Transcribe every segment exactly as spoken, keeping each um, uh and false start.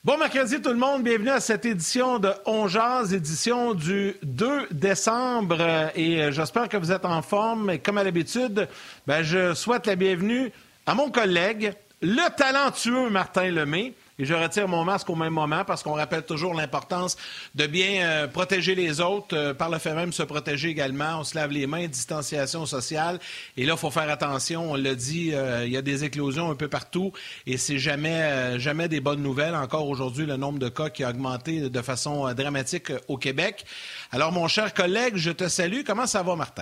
Bon mercredi tout le monde, bienvenue à cette édition de On Jase, édition du deux décembre et j'espère que vous êtes en forme et comme à l'habitude, ben, je souhaite la bienvenue à mon collègue, le talentueux Martin Lemay. Et je retire mon masque au même moment parce qu'on rappelle toujours l'importance de bien euh, protéger les autres, euh, par le fait même se protéger également. On se lave les mains, distanciation sociale. Et là, il faut faire attention. On l'a dit, euh, il y a des éclosions un peu partout et c'est jamais, euh, jamais des bonnes nouvelles. Encore aujourd'hui, le nombre de cas qui a augmenté de façon euh, dramatique euh, au Québec. Alors, mon cher collègue, je te salue. Comment ça va, Martin?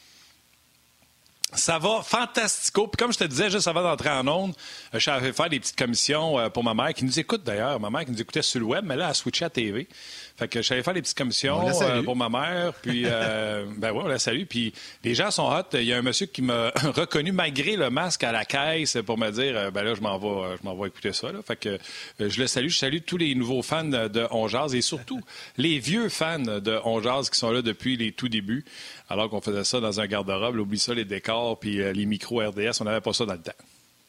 Ça va fantastico. Puis comme je te disais, juste avant d'entrer en ondes, je suis allé faire des petites commissions pour ma mère, qui nous écoute d'ailleurs. Ma mère qui nous écoutait sur le web, mais là, elle a switché à T V. Fait que je suis allé faire des petites commissions euh, pour ma mère. Puis, euh, ben ouais, on la salue. Puis les gens sont hot. Il y a un monsieur qui m'a reconnu malgré le masque à la caisse pour me dire, ben là, je m'en vais, je m'en vais écouter ça. Là. Fait que euh, je le salue. Je salue tous les nouveaux fans de On Jase et surtout les vieux fans de On Jase qui sont là depuis les tout débuts. Alors qu'on faisait ça dans un garde-robe. Oublie ça, les décors puis euh, les micros R D S. On n'avait pas ça dans le temps.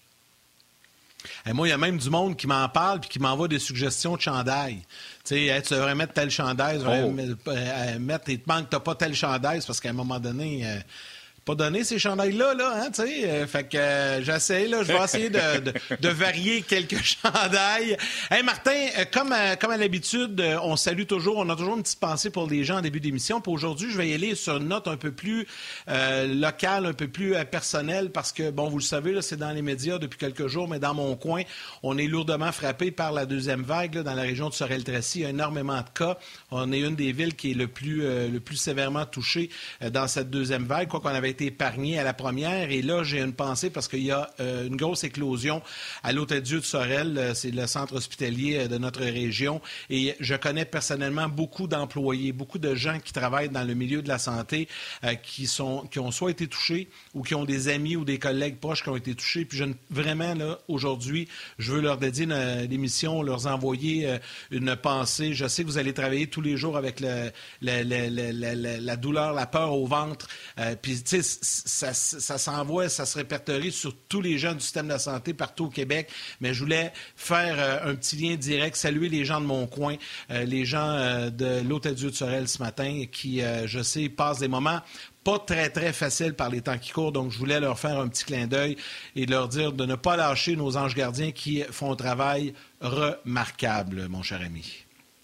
Et moi, il y a même du monde qui m'en parle puis qui m'envoie des suggestions de chandail. Tu sais, hey, tu devrais mettre tel chandail, tu devrais oh. mettre, il te manque, tu n'as pas tel chandail, parce qu'à un moment donné, euh, pas donné ces chandails-là, là, hein, tu sais. Euh, fait que euh, j'essaie, là, je vais essayer de, de, de varier quelques chandails. Hey, Martin, euh, comme, euh, comme à l'habitude, euh, on salue toujours, on a toujours une petite pensée pour les gens en début d'émission. Puis aujourd'hui, je vais y aller sur une note un peu plus euh, locale, un peu plus euh, personnelle, parce que, bon, vous le savez, là, c'est dans les médias depuis quelques jours, mais dans mon coin, on est lourdement frappé par la deuxième vague, là, dans la région de Sorel-Tracy. Il y a énormément de cas. On est une des villes qui est le plus, euh, le plus sévèrement touchée euh, dans cette deuxième vague, quoi qu'on avait été épargné à la première. Et là, j'ai une pensée parce qu'il y a euh, une grosse éclosion à l'Hôtel-Dieu de Sorel. Euh, c'est le centre hospitalier euh, de notre région. Et je connais personnellement beaucoup d'employés, beaucoup de gens qui travaillent dans le milieu de la santé euh, qui, sont, qui ont soit été touchés ou qui ont des amis ou des collègues proches qui ont été touchés. Puis je, vraiment, là, aujourd'hui, je veux leur dédier une, l'émission, leur envoyer euh, une pensée. Je sais que vous allez travailler tous les jours avec le, le, le, le, le, la douleur, la peur au ventre. Euh, puis, tu sais, ça, ça s'envoie, ça se répertorie sur tous les gens du système de la santé partout au Québec. Mais je voulais faire euh, un petit lien direct, saluer les gens de mon coin, euh, les gens euh, de l'Hôtel-Dieu de Sorel ce matin qui, euh, je sais, passent des moments pas très, très faciles par les temps qui courent. Donc, je voulais leur faire un petit clin d'œil et leur dire de ne pas lâcher nos anges gardiens qui font un travail remarquable, mon cher ami.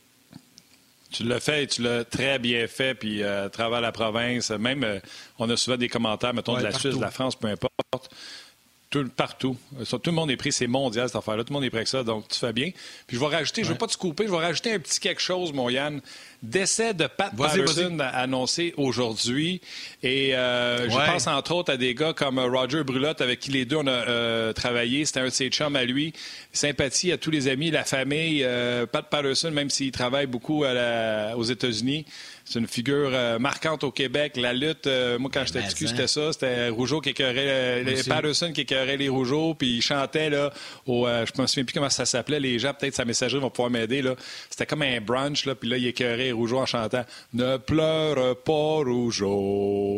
Tu l'as fait et tu l'as très bien fait, puis euh, à travers la province, même, euh, on a souvent des commentaires, mettons, ouais, de la partout. Suisse, de la France, peu importe, tout, partout. Tout le monde est pris, c'est mondial, cette affaire-là, tout le monde est prêt avec ça, donc tu fais bien. Puis je vais rajouter, ouais. je ne veux pas te couper, je vais rajouter un petit quelque chose, mon Yann. Décès de Pat vas-y, Patterson vas-y. annoncé aujourd'hui. Et euh, ouais. je pense entre autres à des gars comme Roger Brulotte, avec qui les deux on a euh, travaillé. C'était un de ses chums à lui. Sympathie à tous les amis, la famille. Euh, Pat Patterson, même s'il travaille beaucoup à la, aux États-Unis, c'est une figure euh, marquante au Québec. La lutte, euh, moi, quand j'étais petit cul, c'était ça. C'était Rougeau qui écœurait, les Patterson qui écœurait les Rougeaux, puis il chantait, là, au, euh, je me souviens plus comment ça s'appelait. Les gens, peut-être, sa messagerie vont pouvoir m'aider, là. C'était comme un brunch, là, puis là, il écœurait Rougeau en chantant « Ne pleure pas, Rougeau ».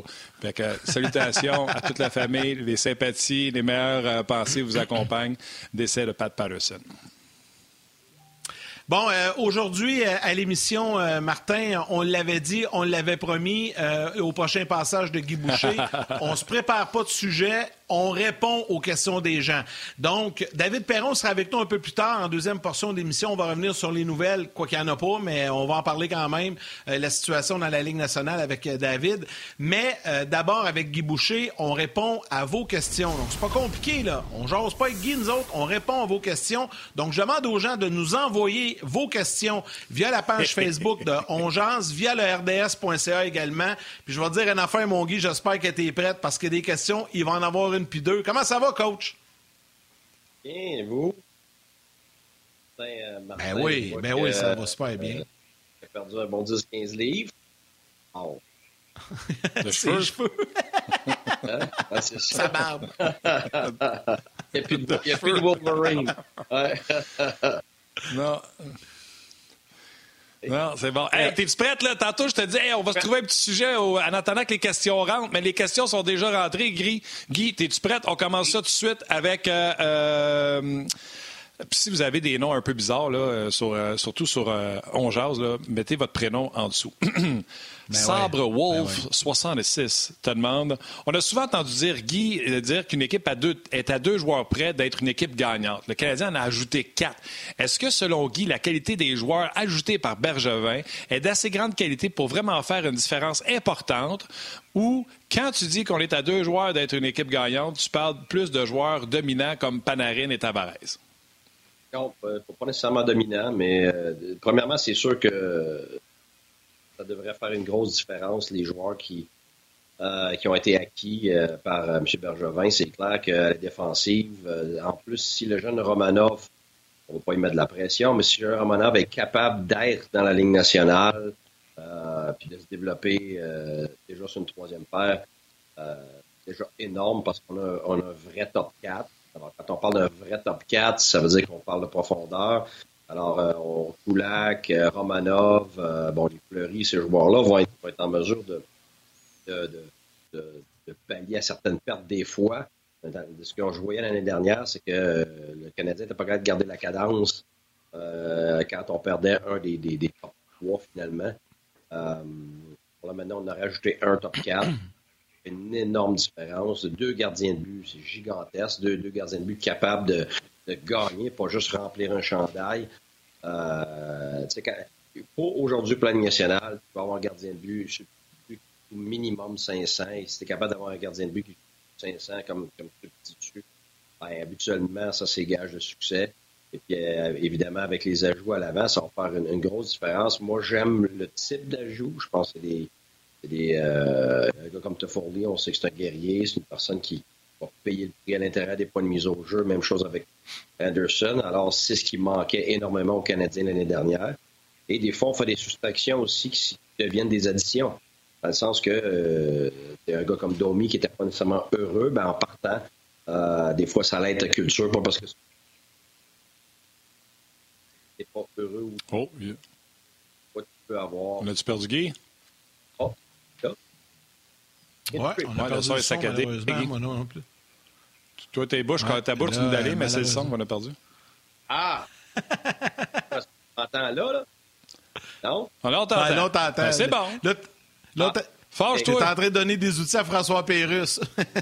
Fait que, salutations à toute la famille, les sympathies, les meilleures euh, pensées vous accompagnent. Décès de Pat Patterson. Bon, euh, aujourd'hui, euh, à l'émission, euh, Martin, on l'avait dit, on l'avait promis euh, au prochain passage de Guy Boucher. On se prépare pas de sujet, on répond aux questions des gens. Donc, David Perron sera avec nous un peu plus tard, en deuxième portion de l'émission. On va revenir sur les nouvelles, quoi qu'il n'y en a pas, mais on va en parler quand même, euh, la situation dans la Ligue nationale avec euh, David. Mais euh, d'abord, avec Guy Boucher, on répond à vos questions. Donc, c'est pas compliqué, là. On jase pas avec Guy, nous autres, on répond à vos questions. Donc, je demande aux gens de nous envoyer vos questions via la page Facebook de On Jase, via le R D S point C A également. Puis je vais te dire une affaire, mon Guy, j'espère que tu es prête parce qu'il y a des questions, il va en avoir une puis deux. Comment ça va, coach? Bien, et vous? Euh, Martin, ben oui, ben que, oui, ça va super bien. Euh, j'ai perdu un bon dix à quinze livres. Oh. Le cheveu. cheveux. Hein? Ah, c'est ça. Sa barbe. Il n'y a plus de, il y a plus de Wolverine. Ouais. Non. Non, c'est bon. Hey, t'es-tu prête, là? Tantôt, je te dis, hey, on va se trouver un petit sujet au... en attendant que les questions rentrent, mais les questions sont déjà rentrées. Guy, Guy, t'es-tu prête? On commence ça tout de suite avec... Euh, euh... Puis si vous avez des noms un peu bizarres, là, sur, euh, surtout sur euh, On Jase, là, mettez votre prénom en dessous. Ben Sabre ouais. Wolf ben ouais. soixante-six te demande. On a souvent entendu dire, Guy, dire qu'une équipe à deux, est à deux joueurs près d'être une équipe gagnante. Le Canadien en a ajouté quatre. Est-ce que, selon Guy, la qualité des joueurs ajoutés par Bergevin est d'assez grande qualité pour vraiment faire une différence importante? Ou, quand tu dis qu'on est à deux joueurs d'être une équipe gagnante, tu parles plus de joueurs dominants comme Panarin et Tavares? Non, pas nécessairement dominant, mais euh, premièrement, c'est sûr que ça devrait faire une grosse différence, les joueurs qui, euh, qui ont été acquis euh, par euh, M. Bergevin. C'est clair qu'à la défensive, euh, en plus, si le jeune Romanov, on ne va pas y mettre de la pression, mais si le jeune Romanov est capable d'être dans la Ligue nationale, euh, puis de se développer euh, déjà sur une troisième paire, euh, c'est déjà énorme parce qu'on a, on a un vrai top quatre. Alors, quand on parle d'un vrai top quatre, ça veut dire qu'on parle de profondeur. Alors, euh, on, Kulak, euh, Romanov, euh, bon, les Fleury, ces joueurs-là vont être, vont être en mesure de, de, de, de, de pallier à certaines pertes des fois. Dans, de ce qu'on jouait l'année dernière, c'est que euh, le Canadien n'était pas capable de garder la cadence euh, quand on perdait un des, des, des top trois, finalement. Euh, là, maintenant, on a rajouté un top quatre. Une énorme différence. Deux gardiens de but, c'est gigantesque. Deux, deux gardiens de but capables de, de gagner, pas juste remplir un chandail. Euh, quand, pour aujourd'hui, plan national, tu vas avoir un gardien de but au minimum cinq cents. Et si tu es capable d'avoir un gardien de but qui est cinq cents comme, comme substitut, ben, habituellement, ça, c'est gage de succès. Et puis, euh, évidemment, avec les ajouts à l'avant, ça va faire une, une grosse différence. Moi, j'aime le type d'ajout. Je pense que c'est des C'est des, euh, un gars comme Toffoli, on sait que c'est un guerrier, c'est une personne qui va payer le prix à l'intérieur des points de mise au jeu. Même chose avec Anderson. Alors, c'est ce qui manquait énormément aux Canadiens l'année dernière. Et des fois, on fait des soustractions aussi qui deviennent des additions. Dans le sens que euh, un gars comme Domi qui n'était pas nécessairement heureux, ben, en partant, euh, des fois, ça l'aide ta culture, pas parce que t'es pas heureux ou oh, yeah. Quoi tu peux avoir. On a-tu perdu Guy? Oui, on a perdu le son, malheureusement, moi non, non plus. Toi, tes bouches, ouais, ta bouche nous d'aller, mais c'est le son qu'on a perdu. Ah! Tu m'entends là, là? Non? Ah, là, on t'entend. Ah, là, on t'entend. Ben, c'est bon. Là, là ah. Fâche-toi. Tu es en train de donner des outils à François Pérusse.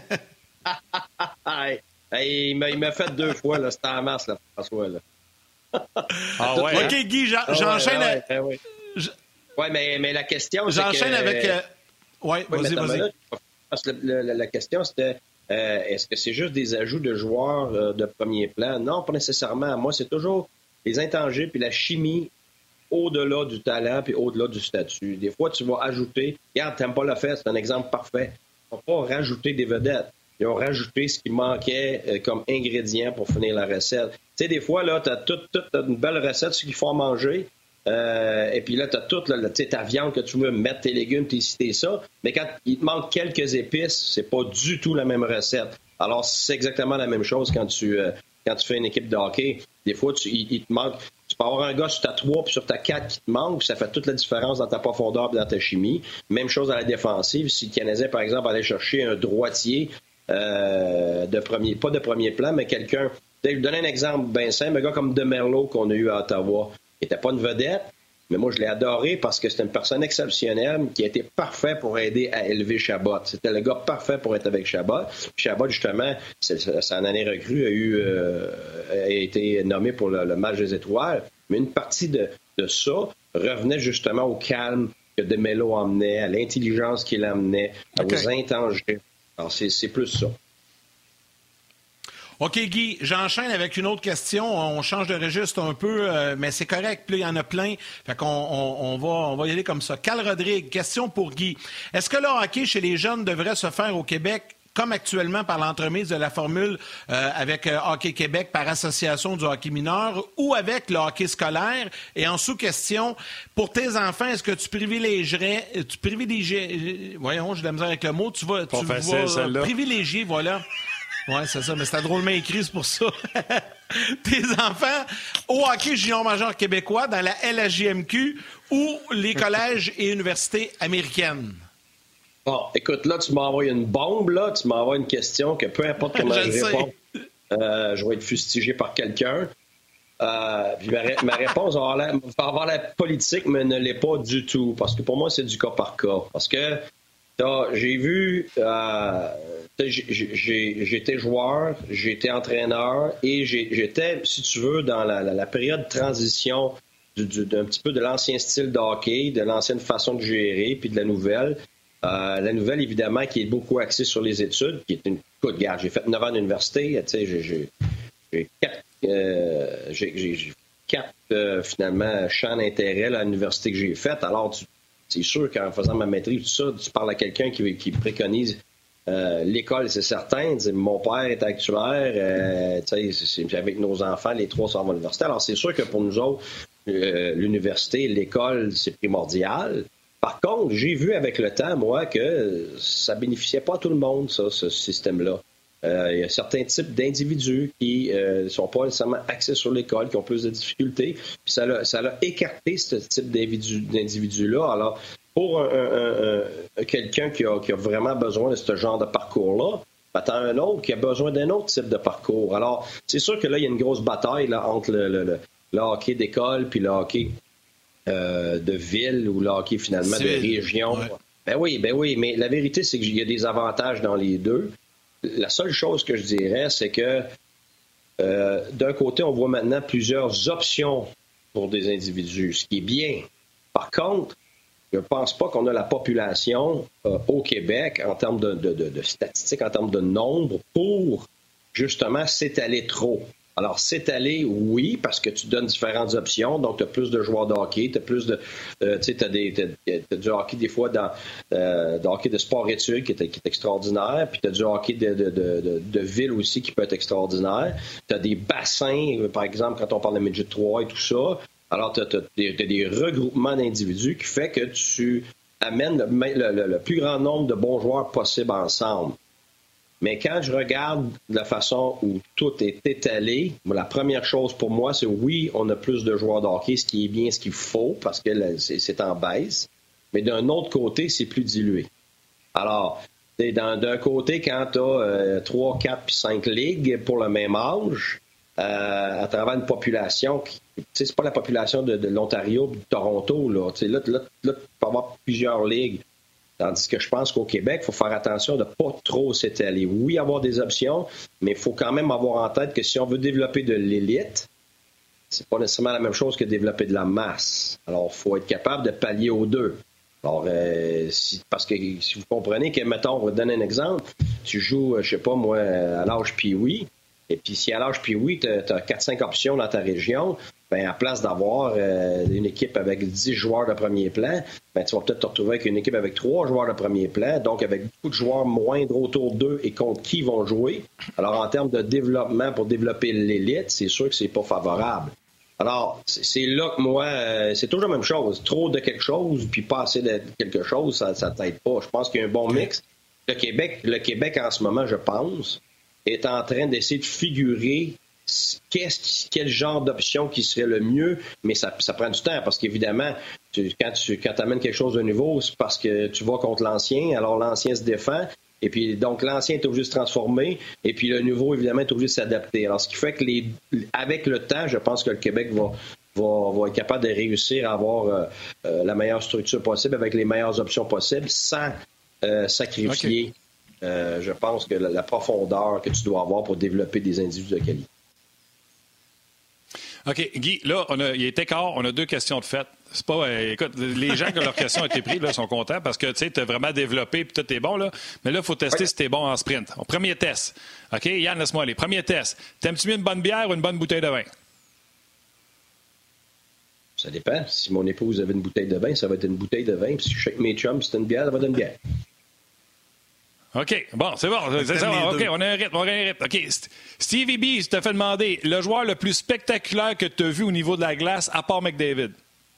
hey, hey, il, m'a, il m'a fait deux fois, là. C'était en masse, là, François, là. Ah ouais? OK, Guy, j'en, j'enchaîne... Ah ouais, ah ouais, ah ouais. ouais mais, mais la question, j'enchaîne c'est que... avec... Euh... Oui, ouais, vas-y, vas-y. Là, parce que le, le, la question, c'était euh, est-ce que c'est juste des ajouts de joueurs euh, de premier plan? Non, pas nécessairement. Moi, c'est toujours les intangibles puis la chimie au-delà du talent puis au-delà du statut. Des fois, tu vas ajouter... Regarde, t'aimes pas le fait, c'est un exemple parfait. Ils n'ont pas rajouté des vedettes. Ils ont rajouté ce qui manquait euh, comme ingrédient pour finir la recette. Tu sais, des fois, là, t'as toute tout, une belle recette, ce qu'il faut manger. Euh, et puis là, tu as toute là, ta viande que tu veux mettre, tes légumes, tes ci, tes ça. Mais quand il te manque quelques épices, c'est pas du tout la même recette. Alors, c'est exactement la même chose quand tu, euh, quand tu fais une équipe de hockey. Des fois, tu, il, il te manque... Tu peux avoir un gars sur ta trois puis sur ta quatre qui te manque, puis ça fait toute la différence dans ta profondeur et dans ta chimie. Même chose à la défensive. Si le Canadien, par exemple, allait chercher un droitier euh, de premier... Pas de premier plan, mais quelqu'un... Je vais vous donner un exemple bien simple. Un gars comme DeMerlo qu'on a eu à Ottawa. Il n'était pas une vedette, mais moi, je l'ai adoré parce que c'est une personne exceptionnelle qui a été parfait pour aider à élever Chabot. C'était le gars parfait pour être avec Chabot. Chabot, justement, c'est, c'est en année recrue, a, eu, euh, a été nommé pour le, le match des étoiles. Mais une partie de, de ça revenait justement au calme que DeMello emmenait, à l'intelligence qu'il emmenait, okay. aux intangibles. Alors, c'est, c'est plus ça. OK, Guy, j'enchaîne avec une autre question. On change de registre un peu, euh, mais c'est correct. Puis il y en a plein. Fait qu'on on, on va, on va y aller comme ça. Cal Rodrigue, question pour Guy. Est-ce que le hockey chez les jeunes devrait se faire au Québec comme actuellement par l'entremise de la formule euh, avec euh, Hockey Québec par association du hockey mineur ou avec le hockey scolaire? Et en sous-question, pour tes enfants, est-ce que tu privilégierais, tu privilégierais, voyons, j'ai de la misère avec le mot, tu vas, tu facile, vas privilégier, voilà. Oui, c'est ça, mais c'était drôlement écrit, c'est pour ça. Tes enfants au hockey junior majeur québécois dans la L H J M Q ou les collèges et universités américaines? Bon, écoute, là, tu m'envoies une bombe, là, tu m'envoies une question que peu importe comment je, je réponds, euh, je vais être fustigé par quelqu'un. Euh, puis ma, ma réponse va avoir, la, va avoir la politique, mais ne l'est pas du tout. Parce que pour moi, c'est du cas par cas. Parce que j'ai vu, euh, j'étais joueur, j'étais entraîneur et j'étais, si tu veux, dans la, la, la période de transition du, du, d'un petit peu de l'ancien style de hockey, de l'ancienne façon de gérer, puis de la nouvelle. Euh, la nouvelle, évidemment, qui est beaucoup axée sur les études, qui est une coup de garde. J'ai fait neuf ans d'université, tu sais, j'ai, j'ai, j'ai quatre, euh, j'ai, j'ai quatre euh, finalement, champs d'intérêt là, à l'université que j'ai faite. Alors, tu, c'est sûr qu'en faisant ma maîtrise, tout ça, tu parles à quelqu'un qui, qui préconise euh, l'école, c'est certain. Mon père est actuaire, euh, tu sais, avec nos enfants, les trois s'en vont à l'université. Alors, c'est sûr que pour nous autres, euh, l'université, l'école, c'est primordial. Par contre, j'ai vu avec le temps, moi, que ça bénéficiait pas à tout le monde, ça, ce système-là. Euh, il y a certains types d'individus qui ne euh, sont pas nécessairement axés sur l'école, qui ont plus de difficultés. Puis ça l'a, ça l'a écarté, ce type d'individu, d'individu-là. Alors, pour un, un, un, quelqu'un qui a, qui a vraiment besoin de ce genre de parcours-là, attends un autre qui a besoin d'un autre type de parcours. Alors, c'est sûr que là, il y a une grosse bataille là, entre le, le, le, le hockey d'école puis le hockey euh, de ville ou le hockey, finalement, c'est... de région. Ouais. Ben oui, ben oui, mais la vérité, c'est qu'il y a des avantages dans les deux. La seule chose que je dirais, c'est que euh, d'un côté, on voit maintenant plusieurs options pour des individus, ce qui est bien. Par contre, je ne pense pas qu'on a la population euh, au Québec en termes de, de, de, de statistiques, en termes de nombre, pour justement s'étaler trop. Alors, s'étaler, oui, parce que tu donnes différentes options. Donc, tu as plus de joueurs de hockey, tu as plus de... Euh, tu sais, tu as du hockey des fois dans... Euh, de hockey de sport-études qui est, qui est extraordinaire. Puis tu as du hockey de, de, de, de, de ville aussi qui peut être extraordinaire. Tu as des bassins, par exemple, quand on parle de midget trois et tout ça. Alors, tu as, as, as des regroupements d'individus qui fait que tu amènes le, le, le, le plus grand nombre de bons joueurs possible ensemble. Mais quand je regarde la façon où tout est étalé, la première chose pour moi, c'est oui, on a plus de joueurs de hockey, ce qui est bien, ce qu'il faut, parce que là, c'est, c'est en baisse. Mais d'un autre côté, c'est plus dilué. Alors, dans, d'un côté, quand tu as trois, quatre puis cinq ligues pour le même âge, euh, à travers une population qui, tu sais, c'est pas la population de, de l'Ontario de Toronto, là. Tu sais, là, là, là, tu peux avoir plusieurs ligues. Tandis que je pense qu'au Québec, il faut faire attention de ne pas trop s'étaler. Oui, avoir des options, mais il faut quand même avoir en tête que si on veut développer de l'élite, c'est pas nécessairement la même chose que développer de la masse. Alors, il faut être capable de pallier aux deux. Alors, euh, si, parce que si vous comprenez que, mettons, on va te donner un exemple, tu joues, je sais pas moi, à l'âge Pee-Wee, et puis si à l'âge Pee-Wee, tu as quatre cinq options dans ta région, ben, à place d'avoir euh, une équipe avec dix joueurs de premier plan, ben, tu vas peut-être te retrouver avec une équipe avec trois joueurs de premier plan, donc avec beaucoup de joueurs moindres autour d'eux et contre qui ils vont jouer. Alors, en termes de développement pour développer l'élite, c'est sûr que c'est pas favorable. Alors, c'est, c'est là que moi, euh, c'est toujours la même chose. Trop de quelque chose, puis pas assez de quelque chose, ça ne t'aide pas. Je pense qu'il y a un bon mix. Le Québec, le Québec, en ce moment, je pense, est en train d'essayer de figurer Qu'est-ce, quel genre d'option qui serait le mieux, mais ça, ça prend du temps parce qu'évidemment, tu, quand tu quand amènes quelque chose de nouveau, c'est parce que tu vas contre l'ancien, alors l'ancien se défend, et puis donc l'ancien est obligé de se transformer, et puis le nouveau, évidemment, est obligé de s'adapter. Alors, ce qui fait que les, avec le temps, je pense que le Québec va, va, va être capable de réussir à avoir euh, euh, la meilleure structure possible avec les meilleures options possibles sans euh, sacrifier, okay. euh, je pense, que la, la profondeur que tu dois avoir pour développer des individus de qualité. OK, Guy, là, on a, il est écart, on a deux questions de fait. C'est pas, euh, écoute, les gens que leurs questions ont été prises là, sont contents parce que tu as vraiment développé et tout est bon, là. Mais là, il faut tester oui. si tu es bon en sprint. Premier test. OK, Yann, laisse-moi aller. Premier test. T'aimes-tu mieux une bonne bière ou une bonne bouteille de vin? Ça dépend. Si mon épouse avait une bouteille de vin, ça va être une bouteille de vin. Puis si je suis avec mes chums, c'est une bière, ça va être une bière. OK, bon, c'est bon. C'est ça. OK, on a un rythme, on a un rythme. OK, Stevie B, je te fais demander, le joueur le plus spectaculaire que tu as vu au niveau de la glace, à part McDavid?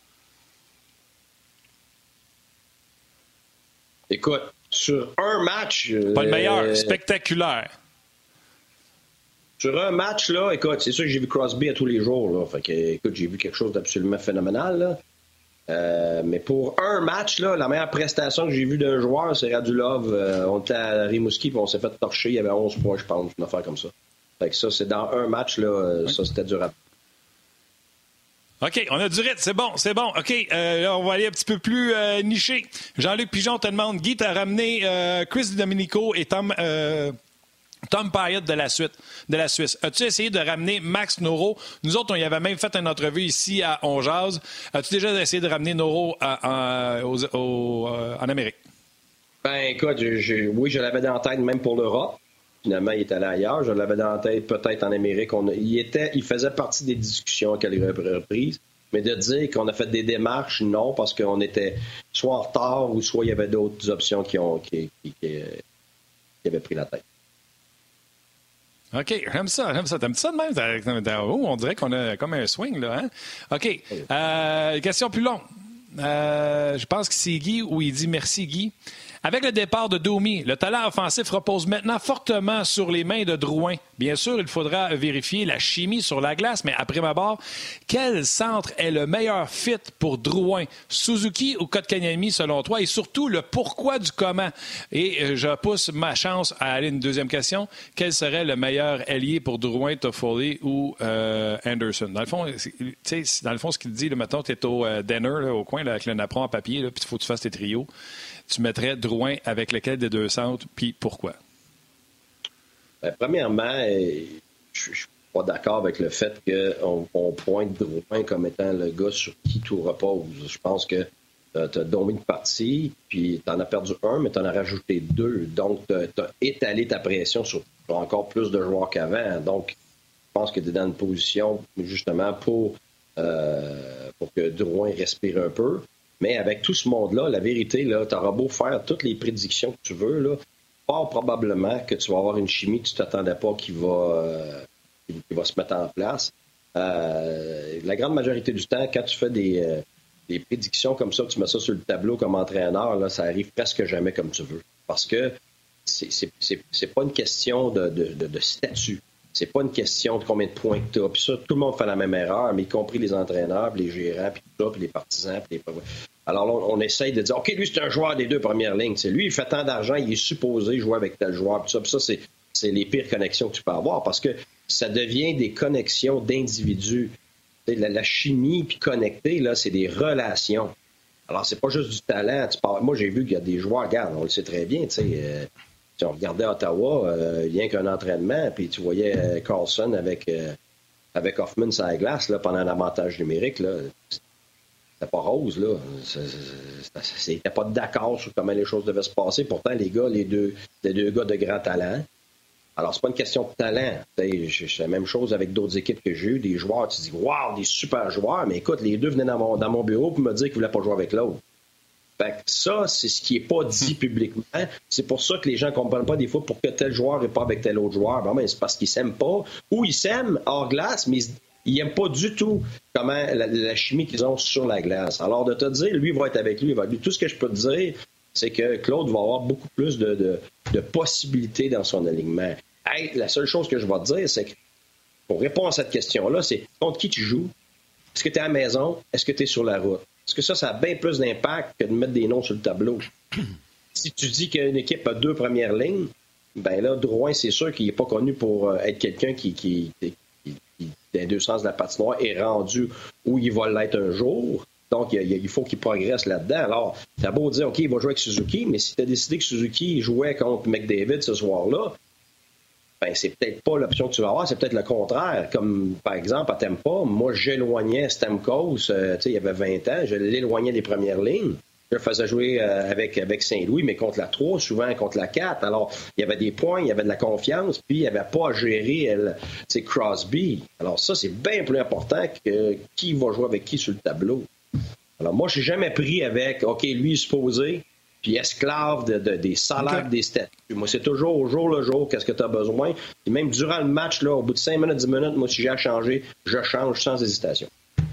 Écoute, sur un match... Pas le meilleur, euh, spectaculaire. Sur un match, là, écoute, c'est sûr que j'ai vu Crosby à tous les jours, là. Fait que, écoute, j'ai vu quelque chose d'absolument phénoménal, là. Euh, mais pour un match, là, la meilleure prestation que j'ai vue d'un joueur, c'est Radulov. Euh, on était à Rimouski puis on s'est fait torcher. Il y avait onze points, je pense, une affaire comme ça. Fait que ça, c'est dans un match, là, oui. Ça, c'était dur à... OK, on a du rythme, c'est bon, c'est bon. OK, euh, là, on va aller un petit peu plus euh, niché. Jean-Luc Pigeon te demande, Guy, t'as ramené euh, Chris Domenico et Tom... Euh, Tom Pyatt de la, suite, de la Suisse. As-tu essayé de ramener Max Noro? Nous autres, on y avait même fait une entrevue ici à On Jase. As-tu déjà essayé de ramener Noro à, à, aux, aux, euh, en Amérique? Ben, écoute, je, je, oui, je l'avais dans la tête même pour l'Europe. Finalement, il est allé ailleurs. Je l'avais dans la tête peut-être en Amérique. On a, il, était, il faisait partie des discussions à quelques reprises. Mais de dire qu'on a fait des démarches, non, parce qu'on était soit en retard ou soit il y avait d'autres options qui, ont, qui, qui, qui, qui avaient pris la tête. OK, j'aime ça, j'aime ça. T'aimes ça de même? Oh, on dirait qu'on a comme un swing, là. Hein? OK. Euh, question plus longue. Euh, je pense que c'est Guy où il dit merci, Guy. Avec le départ de Domi, le talent offensif repose maintenant fortement sur les mains de Drouin. Bien sûr, il faudra vérifier la chimie sur la glace, mais après ma barre, quel centre est le meilleur fit pour Drouin? Suzuki ou Kotkaniemi, selon toi? Et surtout, le pourquoi du comment? Et euh, je pousse ma chance à aller à une deuxième question. Quel serait le meilleur ailier pour Drouin, Toffoli ou euh, Anderson? Dans le fond, dans le fond, ce qu'il dit, là, mettons, tu es au euh, dinner, là, au coin, là, avec le napperon en papier, puis il faut que tu fasses tes trios. Tu mettrais Drouin avec lequel des deux centres, puis pourquoi? Bien, premièrement, je ne suis pas d'accord avec le fait qu'on on pointe Drouin comme étant le gars sur qui tout repose. Je pense que tu as Domi de partie, puis tu en as perdu un, mais tu en as rajouté deux. Donc, tu as étalé ta pression sur encore plus de joueurs qu'avant. Donc, je pense que tu es dans une position, justement, pour, euh, pour que Drouin respire un peu. Mais avec tout ce monde-là, la vérité, tu auras beau faire toutes les prédictions que tu veux, là, fort probablement que tu vas avoir une chimie que tu ne t'attendais pas qui va, euh, qui va se mettre en place. Euh, la grande majorité du temps, quand tu fais des, euh, des prédictions comme ça, tu mets ça sur le tableau comme entraîneur, là, ça arrive presque jamais comme tu veux. Parce que c'est, c'est, c'est, c'est pas une question de, de, de, de statut. C'est pas une question de combien de points que tu as. Puis ça, tout le monde fait la même erreur, mais y compris les entraîneurs, puis les gérants, puis tout ça, puis les partisans. Puis les... Alors là, on, on essaye de dire, OK, lui, c'est un joueur des deux premières lignes. T'sais, lui, il fait tant d'argent, il est supposé jouer avec tel joueur. Puis ça, puis ça c'est, c'est les pires connexions que tu peux avoir parce que ça devient des connexions d'individus. La, la chimie, puis connecter, là, c'est des relations. Alors, c'est pas juste du talent. Tu parles... Moi, j'ai vu qu'il y a des joueurs, regarde, on le sait très bien, tu sais... Euh... Si on regardait Ottawa, euh, rien qu'un entraînement, puis tu voyais euh, Carlson avec, euh, avec Hoffman sur la glace là, pendant un avantage numérique, là, c'était pas rose. Là. C'était pas d'accord sur comment les choses devaient se passer. Pourtant, les gars, les deux, les deux gars de grand talent. Alors, c'est pas une question de talent. C'est la même chose avec d'autres équipes que j'ai eues. Des joueurs, tu dis, waouh, des super joueurs, mais écoute, les deux venaient dans mon, dans mon bureau pour me dire qu'ils voulaient pas jouer avec l'autre. Fait que ça, c'est ce qui n'est pas dit publiquement. C'est pour ça que les gens ne comprennent pas des fois pourquoi tel joueur n'est pas avec tel autre joueur. Ben, ben, c'est parce qu'ils ne s'aiment pas. Ou ils s'aiment hors glace, mais ils n'aiment pas du tout comment la, la chimie qu'ils ont sur la glace. Alors, de te dire, lui va être avec lui, il va lui. Tout ce que je peux te dire, c'est que Claude va avoir beaucoup plus de, de, de possibilités dans son alignement. Hey, la seule chose que je vais te dire, c'est que pour répondre à cette question-là, c'est contre qui tu joues? Est-ce que tu es à la maison? Est-ce que tu es sur la route? Parce que ça, ça a bien plus d'impact que de mettre des noms sur le tableau. Si tu dis qu'une équipe a deux premières lignes, ben là, Drouin, c'est sûr qu'il n'est pas connu pour être quelqu'un qui, qui, qui, qui, qui dans les deux sens de la patinoire, est rendu où il va l'être un jour. Donc, il, il faut qu'il progresse là-dedans. Alors, t'as beau dire, OK, il va jouer avec Suzuki, mais si tu as décidé que Suzuki jouait contre McDavid ce soir-là, ben c'est peut-être pas l'option que tu vas avoir, c'est peut-être le contraire. Comme, par exemple, à Tampa, moi, j'éloignais Stamkos, euh, tu sais, il y avait vingt ans, je l'éloignais des premières lignes. Je le faisais jouer euh, avec, avec Saint-Louis, mais contre la trois, souvent contre la quatre. Alors, il y avait des points, il y avait de la confiance, puis il n'y avait pas à gérer elle, Crosby. Alors ça, c'est bien plus important que qui va jouer avec qui sur le tableau. Alors moi, je n'ai jamais pris avec, OK, lui, il est supposé, puis esclave de, de, des salaires, okay. Des statuts. Moi, c'est toujours au jour le jour, qu'est-ce que tu as besoin. Et même durant le match, là, au bout de cinq minutes, dix minutes, moi, si j'ai à changer, je change sans hésitation.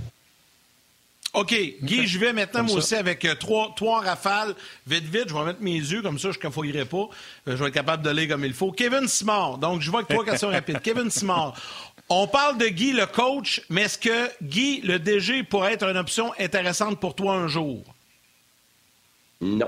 OK. Guy, je vais maintenant, comme moi ça. Aussi, avec euh, trois, trois rafales. Vite, vite, je vais mettre mes yeux, comme ça, je ne cafouillerai pas. Euh, je vais être capable de lire comme il faut. Kevin Simard. Donc, je vois que trois questions rapides. Kevin Simard. On parle de Guy, le coach, mais est-ce que Guy, le D G, pourrait être une option intéressante pour toi un jour? Non.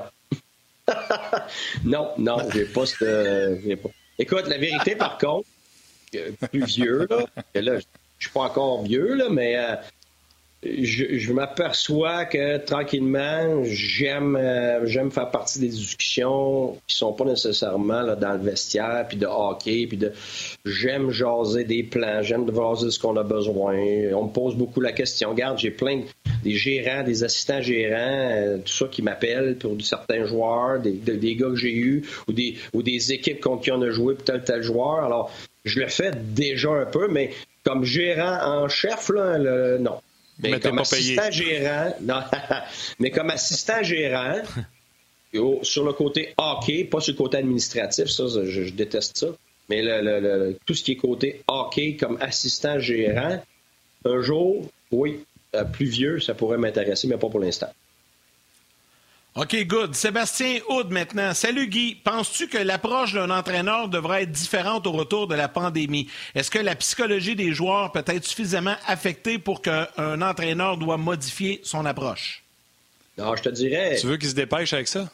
non, non, j'ai pas ce. J'ai pas... Écoute, la vérité, par contre, plus vieux, là, que là, je suis pas encore vieux, là, mais euh, je, je m'aperçois que tranquillement, j'aime euh, j'aime faire partie des discussions qui sont pas nécessairement là, dans le vestiaire, puis de hockey, puis de j'aime jaser des plans, j'aime jaser ce qu'on a besoin. On me pose beaucoup la question. Regarde, j'ai plein de, des gérants, des assistants gérants, euh, tout ça qui m'appellent pour certains joueurs, des, de, des gars que j'ai eus, ou des, ou des équipes contre qui on a joué pour tel tel joueur. Alors, je le fais déjà un peu, mais comme gérant en chef, là, le, non. Mais, mais comme assistant payé. gérant, non, mais comme assistant gérant, sur le côté hockey, pas sur le côté administratif, ça, je, je déteste ça, mais le, le, le, tout ce qui est côté hockey comme assistant gérant, un jour, oui, euh, plus vieux, ça pourrait m'intéresser, mais pas pour l'instant. OK, good. Sébastien Houd maintenant. Salut Guy. Penses-tu que l'approche d'un entraîneur devrait être différente au retour de la pandémie? Est-ce que la psychologie des joueurs peut être suffisamment affectée pour qu'un entraîneur doit modifier son approche? Non, je te dirais... Tu veux qu'il se dépêche avec ça?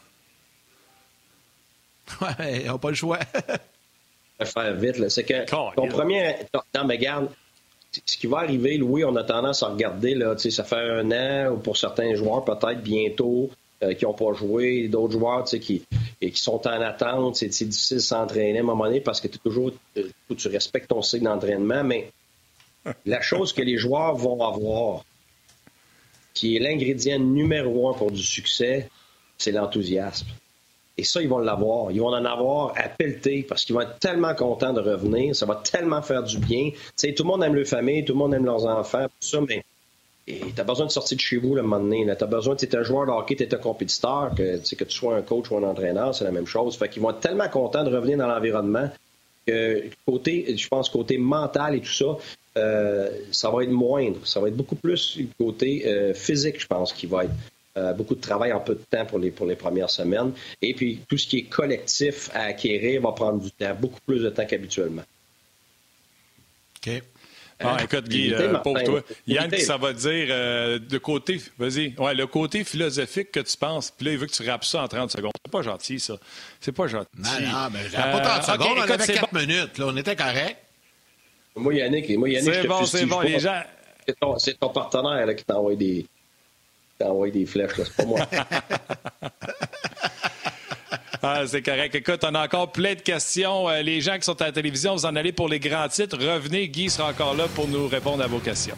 Ouais, ils n'ont pas le choix. Je vais faire vite, là. C'est que oh, ton yeah. premier... Non, mais regarde, ce qui va arriver, oui, on a tendance à regarder, là, tu sais, ça fait un an, ou pour certains joueurs, peut-être bientôt... qui n'ont pas joué, d'autres joueurs qui, et qui sont en attente. C'est, c'est difficile de s'entraîner à un moment donné parce que tu toujours, tu respectes ton cycle d'entraînement, mais la chose que les joueurs vont avoir, qui est l'ingrédient numéro un pour du succès, c'est l'enthousiasme. Et ça, ils vont l'avoir. Ils vont en avoir à pelleter parce qu'ils vont être tellement contents de revenir. Ça va tellement faire du bien. T'sais, tout le monde aime leur famille, tout le monde aime leurs enfants, tout ça, mais et tu as besoin de sortir de chez vous, le moment donné. Tu as besoin, tu es un joueur de hockey, tu es un compétiteur, que, que tu sois un coach ou un entraîneur, c'est la même chose. Fait qu'ils vont être tellement contents de revenir dans l'environnement que, côté, je pense, côté mental et tout ça, euh, ça va être moindre. Ça va être beaucoup plus côté euh, physique, je pense, qui va être euh, beaucoup de travail en peu de temps pour les, pour les premières semaines. Et puis, tout ce qui est collectif à acquérir va prendre du temps, beaucoup plus de temps qu'habituellement. OK. Ah, écoute, Guy, euh, pauvre-toi. Yann, ça va dire euh, de côté, vas-y, ouais, le côté philosophique que tu penses, puis là, il veut que tu rappes ça en trente secondes. C'est pas gentil, ça. C'est pas gentil. Non, non, mais j'avais pas trente secondes, okay, on écoute, avait quatre bon. minutes, là, on était correct. Moi, Yannick, moi, Yannick, c'est bon, c'est bon, les gens. C'est ton, c'est ton partenaire là, qui t'envoie des, t'envoie des flèches, là, c'est pas moi. Ah, c'est correct. Écoute, on a encore plein de questions. Euh, les gens qui sont à la télévision, vous en allez pour les grands titres. Revenez, Guy sera encore là pour nous répondre à vos questions.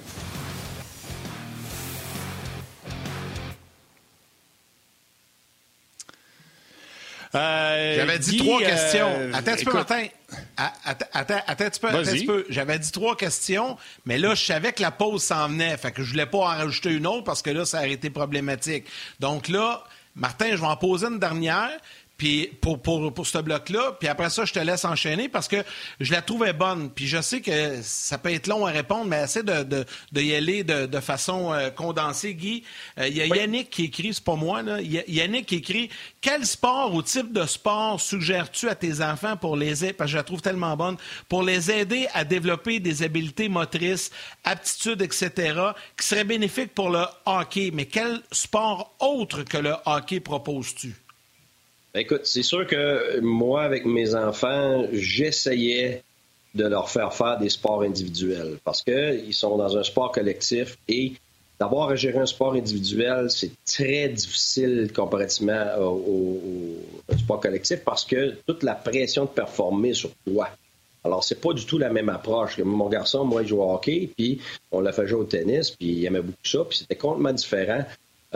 Euh, J'avais dit Guy, trois euh, questions. Attends un petit peu, Martin. Attends, attends, attends un petit peu, attends un petit peu. J'avais dit trois questions, mais là, je savais que la pause s'en venait. Fait que je voulais pas en rajouter une autre parce que là, ça aurait été problématique. Donc là, Martin, je vais en poser une dernière. Puis pour, pour, pour ce bloc-là, puis après ça, je te laisse enchaîner parce que je la trouvais bonne. Puis je sais que ça peut être long à répondre, mais essaie de, de, de y aller de, de façon euh, condensée, Guy. Il euh, y a oui. Yannick qui écrit, c'est pas moi, là. Y a, Yannick qui écrit « Quel sport ou type de sport suggères-tu à tes enfants pour les aider, parce que je la trouve tellement bonne, pour les aider à développer des habiletés motrices, aptitudes, et cetera, qui seraient bénéfiques pour le hockey? Mais quel sport autre que le hockey proposes-tu? » Écoute, c'est sûr que moi, avec mes enfants, j'essayais de leur faire faire des sports individuels parce qu'ils sont dans un sport collectif et d'avoir à gérer un sport individuel, c'est très difficile comparativement au, au, au sport collectif parce que toute la pression de performer sur toi. Alors, c'est pas du tout la même approche. Mon garçon, moi, il joue au hockey, puis on l'a fait jouer au tennis, puis il aimait beaucoup ça, puis c'était complètement différent.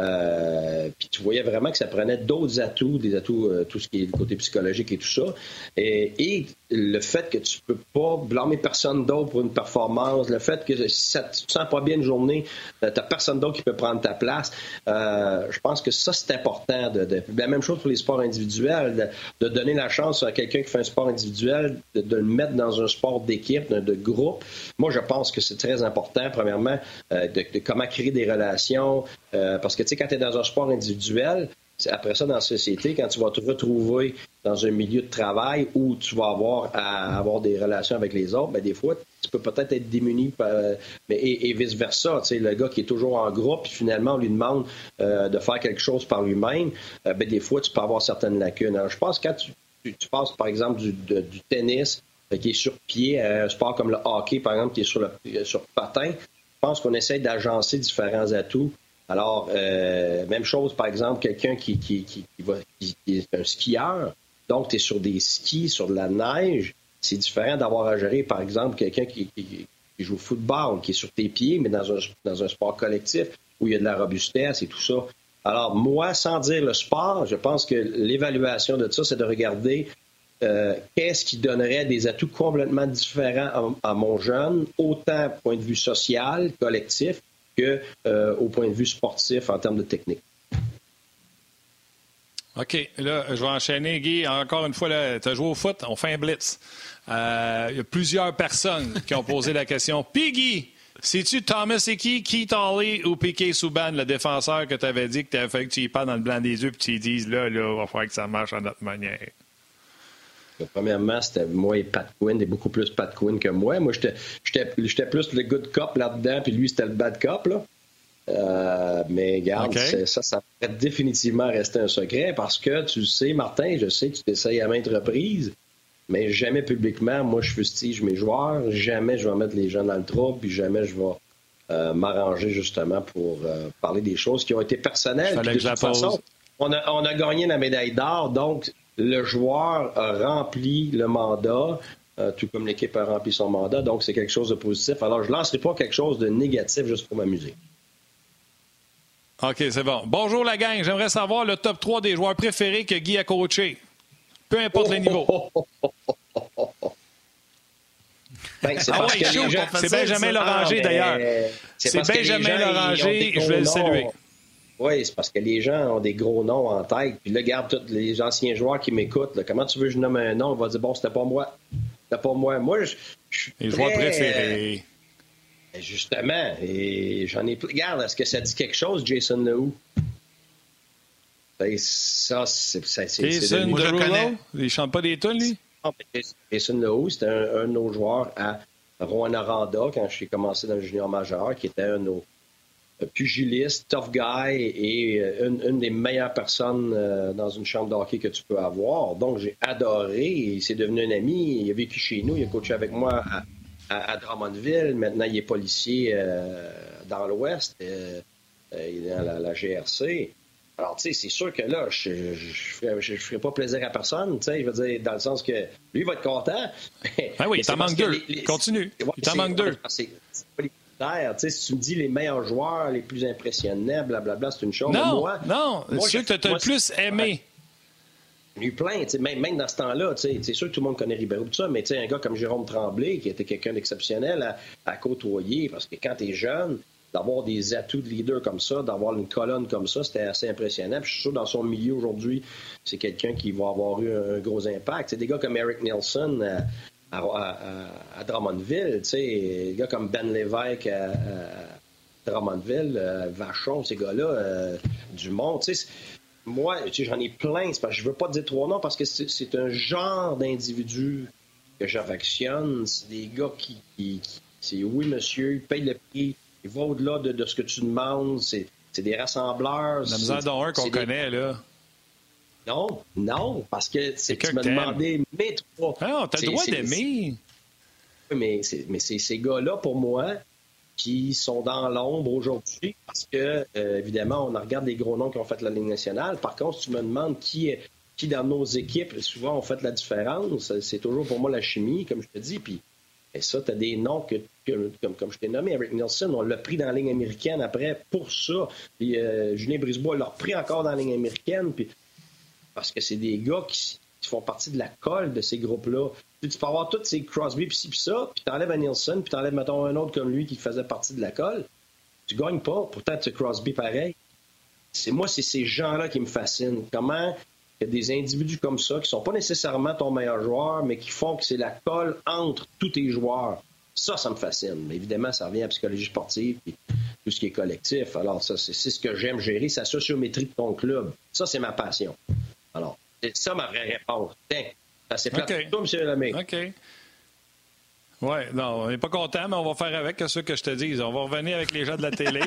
Euh, puis tu voyais vraiment que ça prenait d'autres atouts, des atouts, euh, tout ce qui est le côté psychologique et tout ça. Et, et le fait que tu peux pas blâmer personne d'autre pour une performance, le fait que si ça, tu te sens pas bien une journée, euh, t'as personne d'autre qui peut prendre ta place. Euh, je pense que ça, c'est important. De, de, la même chose pour les sports individuels, de, de donner la chance à quelqu'un qui fait un sport individuel, de, de le mettre dans un sport d'équipe, de, de groupe. Moi, je pense que c'est très important, premièrement, euh, de, de comment créer des relations, euh, parce que tu sais, quand tu es dans un sport individuel, après ça, dans la société, quand tu vas te retrouver dans un milieu de travail où tu vas avoir à avoir des relations avec les autres, bien, des fois, tu peux peut-être être démuni par, mais, et, et vice-versa. Tu sais, le gars qui est toujours en groupe, puis finalement, on lui demande euh, de faire quelque chose par lui-même, euh, bien, des fois, tu peux avoir certaines lacunes. Alors, je pense que quand tu, tu, tu passes, par exemple, du, de, du tennis, euh, qui est sur pied, à un sport comme le hockey, par exemple, qui est sur, le, sur patin, pense qu'on essaie d'agencer différents atouts. Alors, euh, même chose, par exemple, quelqu'un qui, qui, qui, qui, va, qui, qui est un skieur, donc tu es sur des skis, sur de la neige, c'est différent d'avoir à gérer, par exemple, quelqu'un qui, qui, qui joue au football, qui est sur tes pieds, mais dans un, dans un sport collectif où il y a de la robustesse et tout ça. Alors, moi, sans dire le sport, je pense que l'évaluation de ça, c'est de regarder euh, qu'est-ce qui donnerait des atouts complètement différents à, à mon jeune, autant au point de vue social, collectif, que euh, au point de vue sportif en termes de technique. OK. Là, je vais enchaîner, Guy. Encore une fois, tu as joué au foot, on fait un blitz. Euh, il y a plusieurs personnes qui ont posé la question. Puis, Guy, sais-tu Thomas Hickey, Keith Hawley ou Piquet Souban, le défenseur que tu avais dit que tu avais fait que tu y parles dans le blanc des yeux puis tu y dises, là, là, il va falloir que ça marche à notre manière? Premièrement, c'était moi et Pat Quinn, et beaucoup plus Pat Quinn que moi. Moi, j'étais, j'étais, j'étais plus le good cop là-dedans, puis lui, c'était le bad cop, là. Euh, mais regarde, okay. ça, ça pourrait définitivement rester un secret parce que tu le sais, Martin, je sais que tu t'essayes à maintes reprises, mais jamais publiquement, moi, je fustige mes joueurs, jamais je vais mettre les gens dans le trouble, puis jamais je vais euh, m'arranger justement pour euh, parler des choses qui ont été personnelles. Puis de toute façon, on a, on a gagné la médaille d'or, donc le joueur a rempli le mandat, euh, tout comme l'équipe a rempli son mandat, donc c'est quelque chose de positif. Alors, je ne lancerai pas quelque chose de négatif juste pour m'amuser. OK, c'est bon. Bonjour la gang, j'aimerais savoir le top trois des joueurs préférés que Guy a coaché. Peu importe oh, les niveaux. Oh, oh, oh, oh, oh, oh. Ben, c'est ah ouais, chaud, gens... c'est Benjamin Loranger, ah, d'ailleurs. C'est, c'est Benjamin Loranger, je vais le saluer. Oui, c'est parce que les gens ont des gros noms en tête. Puis là, regarde tous les anciens joueurs qui m'écoutent. Là, comment tu veux que je nomme un nom? On va dire, bon, c'était pas moi. C'était pas moi. Moi, je, je suis les très... joueurs préférés. Justement, et j'en ai plus. Regarde, est-ce que ça dit quelque chose, Jason Lehoux? Ça, c'est. c'est, c'est Jason Derulo? Il ne chante pas des tunes, lui? Non, mais Jason Lehoux, c'était un, un de nos joueurs à Rouyn-Noranda quand j'ai commencé dans le junior majeur, qui était un de nos pugilistes, tough guy et une, une des meilleures personnes euh, dans une chambre de hockey que tu peux avoir. Donc, j'ai adoré. Il s'est devenu un ami. Il a vécu chez nous. Il a coaché avec moi à. À, à Drummondville. Maintenant, il est policier euh, dans l'Ouest. Euh, il est dans la, la G R C. Alors, tu sais, c'est sûr que là, je ne ferai, ferai pas plaisir à personne, tu sais, je veux dire, dans le sens que lui, il va être content. Ah oui, il t'en manque deux. Les, les, Continue. Ouais, il t'en manque deux. C'est, c'est pas les critères. Tu sais, si tu me dis les meilleurs joueurs, les plus impressionnants, blablabla, c'est une chose. Non, moi, non, moi, ceux que tu as le plus aimé. Il y a eu plein, même, même dans ce temps-là, c'est sûr que tout le monde connaît Ribeiro, tout ça, mais un gars comme Jérôme Tremblay, qui était quelqu'un d'exceptionnel à, à côtoyer, parce que quand tu es jeune, d'avoir des atouts de leader comme ça, d'avoir une colonne comme ça, c'était assez impressionnant. Puis je suis sûr, dans son milieu aujourd'hui, c'est quelqu'un qui va avoir eu un, un gros impact. T'sais, des gars comme Eric Nielsen à, à, à, à Drummondville, des gars comme Ben Lévesque à, à Drummondville, euh, Vachon, ces gars-là, euh, Dumont, tu sais. Moi, j'en ai plein. C'est parce que je veux pas te dire trois noms parce que c'est, c'est un genre d'individu que j'affectionne. C'est des gars qui, qui, qui c'est oui, monsieur, ils payent le prix. Ils vont au-delà de, de ce que tu demandes. C'est, c'est des rassembleurs. La misère d'un qu'on des... connaît, là. Non, non, parce que c'est que tu m'as demandé mes trois. Ah non, t'as le droit c'est, d'aimer. C'est... Mais, c'est, mais c'est ces gars-là, pour moi, qui sont dans l'ombre aujourd'hui parce que, euh, évidemment, on regarde des gros noms qui ont fait la Ligue nationale. Par contre, si tu me demandes qui, qui dans nos équipes, souvent, ont fait la différence, c'est toujours pour moi la chimie, comme je te dis. Puis, et ça, tu as des noms que, que comme, comme je t'ai nommé, Eric Nielsen, on l'a pris dans la ligne américaine après pour ça. Puis, euh, Julien Brisebois l'a repris encore dans la ligne américaine. Puis, parce que c'est des gars qui, qui font partie de la colle de ces groupes-là. Tu peux avoir tous ces Crosby pis ci pis ça, puis t'enlèves un Nielsen, puis t'enlèves, mettons, un autre comme lui qui faisait partie de la colle. Tu gagnes pas. Pourtant, tu Crosby pareil. C'est, moi, c'est ces gens-là qui me fascinent. Comment il y a des individus comme ça qui sont pas nécessairement ton meilleur joueur, mais qui font que c'est la colle entre tous tes joueurs. Ça, ça me fascine. Mais évidemment, ça revient à la psychologie sportive et tout ce qui est collectif. Alors, ça, c'est, c'est ce que j'aime gérer, c'est la sociométrie de ton club. Ça, c'est ma passion. Alors, c'est ça ma vraie réponse. Tiens. C'est plate okay. pour toi, M. Lemay. OK. Oui, non, on n'est pas content, mais on va faire avec ce que je te dis. On va revenir avec les gens de la télé.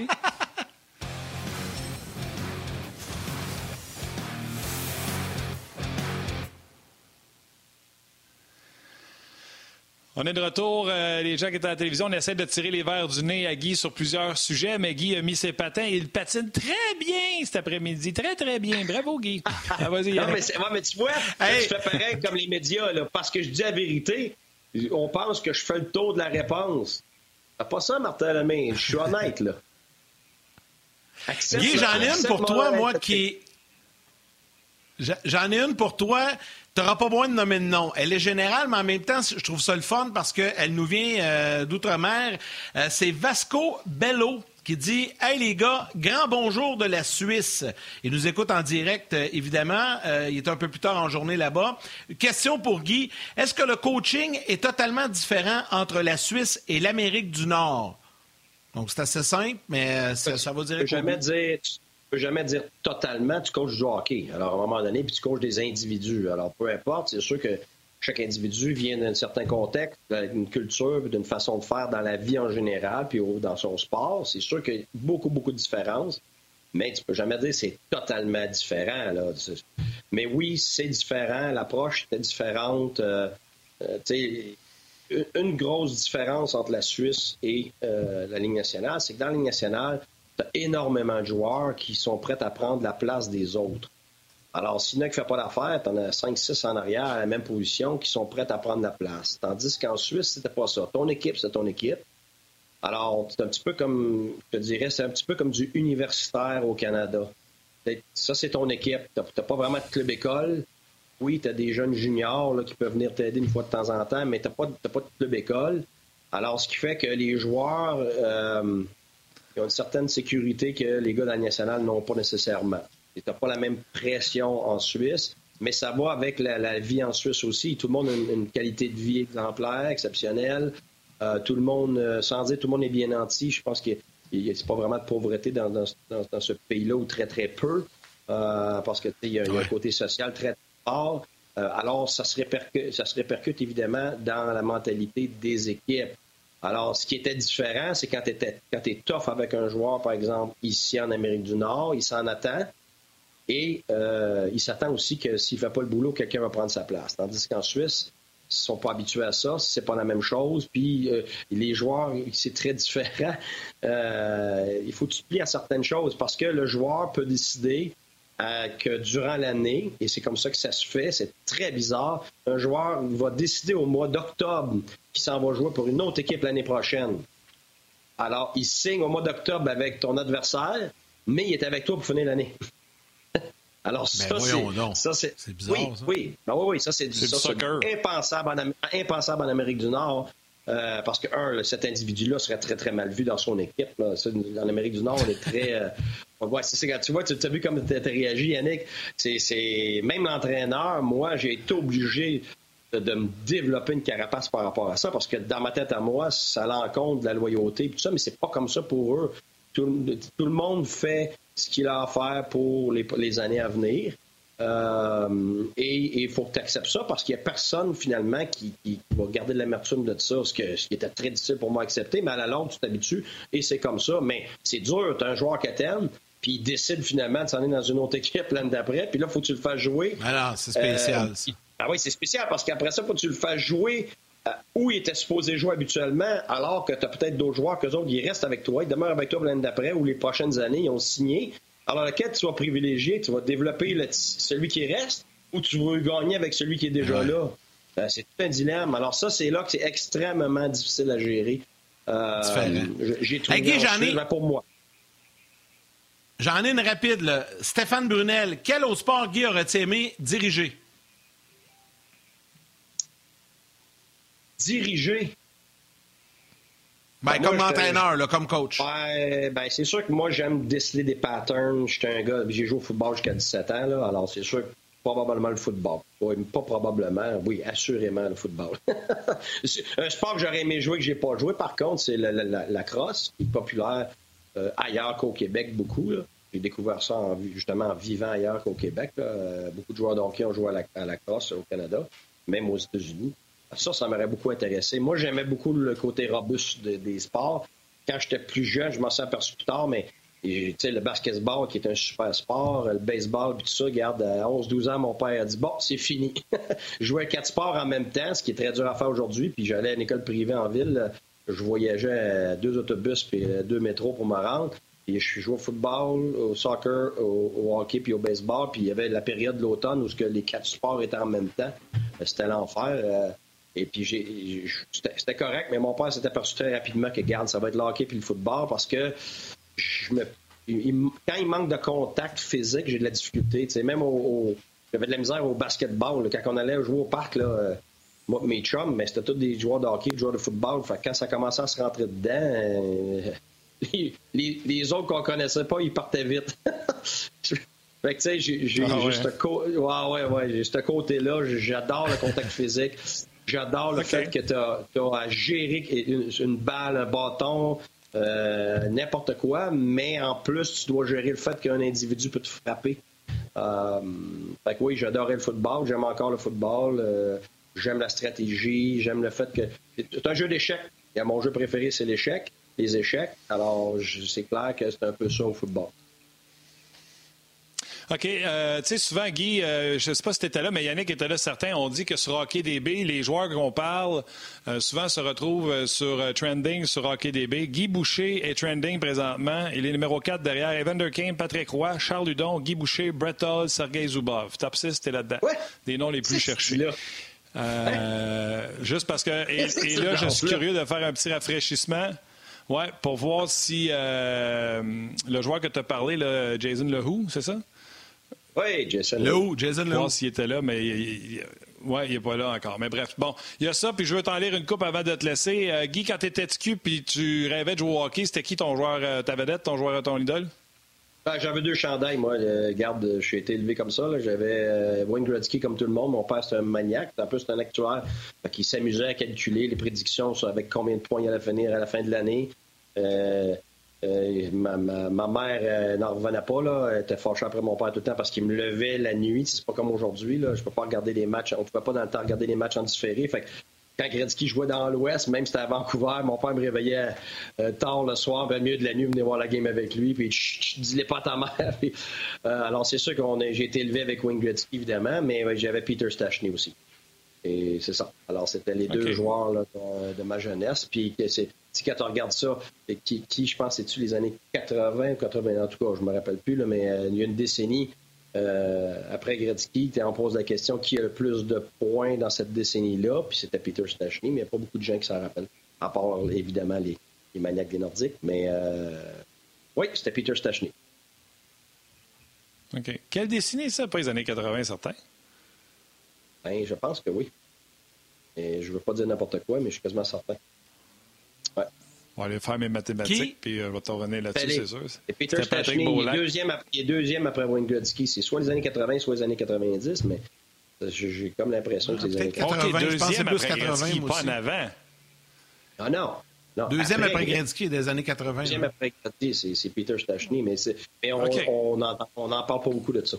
On est de retour. Euh, les gens qui étaient à la télévision, on essaie de tirer les verres du nez à Guy sur plusieurs sujets, mais Guy a mis ses patins et il patine très bien cet après-midi. Très, très bien. Bravo, Guy. Ah, vas-y, non, mais, ouais, mais tu vois, hey. tu fais pareil comme les médias, là, parce que je dis la vérité. On pense que je fais le tour de la réponse. C'est pas ça, Martin Lemay. Je suis honnête, là. Accepte, Guy, j'en ai une pour toi, moi, qui... J'en ai une pour toi. Tu n'auras pas besoin de nommer de nom. Elle est générale, mais en même temps, je trouve ça le fun parce qu'elle nous vient euh, d'outre-mer. Euh, c'est Vasco Bello qui dit « Hey les gars, grand bonjour de la Suisse. » Il nous écoute en direct, euh, évidemment. Euh, il est un peu plus tard en journée là-bas. Question pour Guy. Est-ce que le coaching est totalement différent entre la Suisse et l'Amérique du Nord? Donc, c'est assez simple, mais ça, ça va dire... Je peux jamais dire... Tu peux jamais dire totalement, tu coaches du hockey. Alors, à un moment donné, puis tu coaches des individus. Alors, peu importe, c'est sûr que chaque individu vient d'un certain contexte, d'une culture, d'une façon de faire dans la vie en général, puis dans son sport. C'est sûr qu'il y a beaucoup, beaucoup de différences, mais tu peux jamais dire que c'est totalement différent, là. Mais oui, c'est différent, l'approche était différente. Euh, euh, tu sais, une grosse différence entre la Suisse et euh, la Ligue nationale, c'est que dans la Ligue nationale, tu as énormément de joueurs qui sont prêts à prendre la place des autres. Alors, s'il y en a qui ne fait pas d'affaires, tu en as cinq six en arrière à la même position qui sont prêts à prendre la place. Tandis qu'en Suisse, c'était pas ça. Ton équipe, c'est ton équipe. Alors, c'est un petit peu comme, je te dirais, c'est un petit peu comme du universitaire au Canada. Ça, c'est ton équipe. Tu n'as pas vraiment de club-école. Oui, tu as des jeunes juniors là, qui peuvent venir t'aider une fois de temps en temps, mais tu n'as pas, pas de club-école. Alors, ce qui fait que les joueurs... Euh, Ils ont une certaine sécurité que les gars de la nationale n'ont pas nécessairement. Tu n'as pas la même pression en Suisse, mais ça va avec la, la vie en Suisse aussi. Tout le monde a une, une qualité de vie exemplaire, exceptionnelle. Euh, tout le monde, euh, sans dire tout le monde est bien nanti, je pense qu'il n'y a, a pas vraiment de pauvreté dans, dans, dans, dans ce pays-là, ou très, très peu, euh, parce qu'il y, y a un côté social très fort. Euh, alors, ça se, répercute, ça se répercute évidemment dans la mentalité des équipes. Alors, ce qui était différent, c'est quand tu es tough avec un joueur, par exemple, ici en Amérique du Nord, il s'en attend. Et euh, il s'attend aussi que s'il ne fait pas le boulot, quelqu'un va prendre sa place. Tandis qu'en Suisse, ils ne sont pas habitués à ça, c'est pas la même chose. Puis euh, les joueurs, c'est très différent. Euh, il faut que tu te plies à certaines choses parce que le joueur peut décider euh, que durant l'année, et c'est comme ça que ça se fait, c'est très bizarre, un joueur va décider au mois d'octobre qu'il s'en va jouer pour une autre équipe l'année prochaine. Alors, il signe au mois d'octobre avec ton adversaire, mais il est avec toi pour finir l'année. Alors, ça, ben c'est, ça, c'est... c'est bizarre, oui, ça. Oui, ben oui, oui, ça, c'est, c'est, ça, c'est impensable, en Am... impensable en Amérique du Nord, euh, parce que, un, cet individu-là serait très, très mal vu dans son équipe. Là. Ça, en Amérique du Nord, on est très... Euh... Ouais, c'est ça, tu vois, tu as vu comme tu as réagi, Yannick. C'est, c'est... Même l'entraîneur, moi, j'ai été obligé de, de me développer une carapace par rapport à ça, parce que dans ma tête à moi, ça l'encontre de la loyauté et tout ça, mais c'est pas comme ça pour eux. Tout, tout le monde fait ce qu'il a à faire pour les, les années à venir. Euh, et il faut que tu acceptes ça parce qu'il n'y a personne, finalement, qui, qui va garder de l'amertume de ça, ce, que, ce qui était très difficile pour moi à accepter. Mais à la longue, tu t'habitues et c'est comme ça. Mais c'est dur. Tu as un joueur qui t'aime, puis il décide finalement de s'en aller dans une autre équipe l'année d'après. Puis là, il faut que tu le fasses jouer. Alors, c'est spécial, euh, ça. Ah oui, c'est spécial parce qu'après ça, il faut que tu le fasses jouer euh, où il était supposé jouer habituellement, alors que tu as peut-être d'autres joueurs qu'eux autres, ils restent avec toi, ils demeurent avec toi l'année d'après ou les prochaines années, ils ont signé. Alors, lequel tu vas privilégier, tu vas développer le, celui qui reste ou tu vas gagner avec celui qui est déjà ouais. là. Euh, c'est tout un dilemme. Alors ça, c'est là que c'est extrêmement difficile à gérer. Euh, j'ai trouvé hey, Guy, j'en ai... pour moi. J'en ai une rapide, là. Stéphane Brunel, quel autre sport, Guy, aurais-tu aimé diriger? Diriger? Ben, Ben, comme moi, entraîneur, là, comme coach. Ben, ben, c'est sûr que moi, j'aime déceler des patterns. J'étais un gars, j'ai joué au football jusqu'à dix-sept ans, là, alors c'est sûr que probablement le football. Oui, pas probablement, oui, assurément le football. Un sport que j'aurais aimé jouer que j'ai pas joué, par contre, c'est la, la, la, la crosse, qui est populaire euh, ailleurs qu'au Québec, beaucoup. Là. J'ai découvert ça en, justement en vivant ailleurs qu'au Québec. Là. Beaucoup de joueurs de hockey ont joué à la, à la crosse au Canada, même aux États-Unis. Ça, ça m'aurait beaucoup intéressé. Moi, j'aimais beaucoup le côté robuste de, des sports. Quand j'étais plus jeune, je m'en suis aperçu plus tard, mais Et, le basketball, qui est un super sport, le baseball, puis tout ça, regarde, à onze douze ans, mon père a dit « Bon, c'est fini. » Je jouais quatre sports en même temps, ce qui est très dur à faire aujourd'hui, puis j'allais à une école privée en ville. Je voyageais à deux autobus puis deux métros pour me rendre. Puis je jouais au football, au soccer, au, au hockey puis au baseball. Puis il y avait la période de l'automne où ce que les quatre sports étaient en même temps. C'était l'enfer. Et puis j'ai, c'était, c'était correct, mais mon père s'est aperçu très rapidement que, garde, ça va être le hockey puis le football parce que je me, il, quand il manque de contact physique, j'ai de la difficulté. Tu sais, même au, au, j'avais de la misère au basketball. Là, quand on allait jouer au parc, là, moi, mes chums, mais c'était tous des joueurs de hockey, des joueurs de football. Fait que quand ça commençait à se rentrer dedans, euh, les, les, les autres qu'on connaissait pas, ils partaient vite. Fait que tu sais, j'ai, j'ai, ah, ouais. j'ai, ce co- ouais, ouais, ouais, j'ai ce côté-là. J'adore le contact physique. J'adore le okay. fait que tu as à gérer une, une balle, un bâton, euh, n'importe quoi, mais en plus, tu dois gérer le fait qu'un individu peut te frapper. Euh, fait que oui, j'adorais le football. J'aime encore le football. Euh, j'aime la stratégie. J'aime le fait que... C'est un jeu d'échecs. Et mon jeu préféré, c'est l'échec, les échecs. Alors, je, c'est clair que c'est un peu ça au football. OK. Euh, tu sais, souvent, Guy, euh, je ne sais pas si tu étais là, mais Yannick était là, certains ont dit que sur Hockey D B, les joueurs qu'on parle euh, souvent se retrouvent sur euh, Trending, sur Hockey D B. Guy Boucher est Trending présentement. Il est numéro quatre derrière Evander Kane, Patrick Roy, Charles Hudon, Guy Boucher, Brett Hull, Sergei Zubov. Top six, c'était là-dedans. Ouais. Des noms les plus c'est cherchés. Là. Euh, hein? Juste parce que... Et, et là, je suis curieux de faire un petit rafraîchissement. Ouais, pour voir si euh, le joueur que tu as parlé, là, Jason Lehoux, c'est ça? Oui, Jason Lehoux. Jason Lehoux. Je pense qu'il était là, mais il, il, ouais, il n'est pas là encore. Mais bref, bon, il y a ça, puis je veux t'en lire une coupe avant de te laisser. Euh, Guy, quand tu étais T Q puis tu rêvais de jouer au hockey, c'était qui ton joueur, euh, ta vedette, ton joueur, ton idole? Ben, j'avais deux chandails, moi. Euh, garde, je suis été élevé comme ça. Là. J'avais euh, Wayne Gretzky comme tout le monde. Mon père, c'était un maniaque. En plus, c'est un actuaire qui s'amusait à calculer les prédictions sur avec combien de points il allait finir à la fin de l'année. Euh, Euh, ma, ma, ma mère euh, n'en revenait pas, là. Elle était fâchée après mon père tout le temps parce qu'il me levait la nuit. C'est pas comme aujourd'hui, là. Je peux pas regarder les matchs. On pouvait pas dans le temps regarder les matchs en différé. Fait que quand Gretzky jouait dans l'Ouest, même si c'était à Vancouver, mon père me réveillait euh, tard le soir, vers le milieu de la nuit, venir voir la game avec lui, puis je dis-les pas à ta mère. Puis, euh, alors c'est sûr que j'ai été élevé avec Wayne Gretzky, évidemment, mais ouais, j'avais Peter Stastny aussi. Et c'est ça. Alors c'était les okay. deux joueurs là, de, de ma jeunesse. Puis c'est Si quand on regarde ça, qui, qui je pense, c'est-tu les années quatre-vingts ou quatre-vingts, en tout cas, je me rappelle plus, là, mais euh, il y a une décennie, euh, après Gretzky, on pose la question qui a le plus de points dans cette décennie-là, puis c'était Peter Stastny, mais il n'y a pas beaucoup de gens qui s'en rappellent, à part, évidemment, les, les maniaques des Nordiques, mais euh, oui, c'était Peter Stastny. OK. Quelle décennie, ça? Pas les années quatre-vingts, certains? Ben, je pense que oui. Et je ne veux pas dire n'importe quoi, mais je suis quasiment certain. Ouais. On va aller faire mes mathématiques, Qui? puis euh, je vais t'en revenir là-dessus, Allez. c'est sûr. Et Peter Stastny, il est deuxième après, il est deuxième après Wayne Gretzky. C'est soit les années quatre-vingts, soit les années quatre-vingt-dix, mais j'ai comme l'impression que c'est les années quatre-vingts. OK, deuxième après Gretzky, pas en avant. Ah non. non deuxième après, après Gretzky des années quatre-vingts. Deuxième hein. après Gretzky, c'est, c'est Peter Stastny, mais, c'est, mais on okay. n'en on on parle pas beaucoup de ça.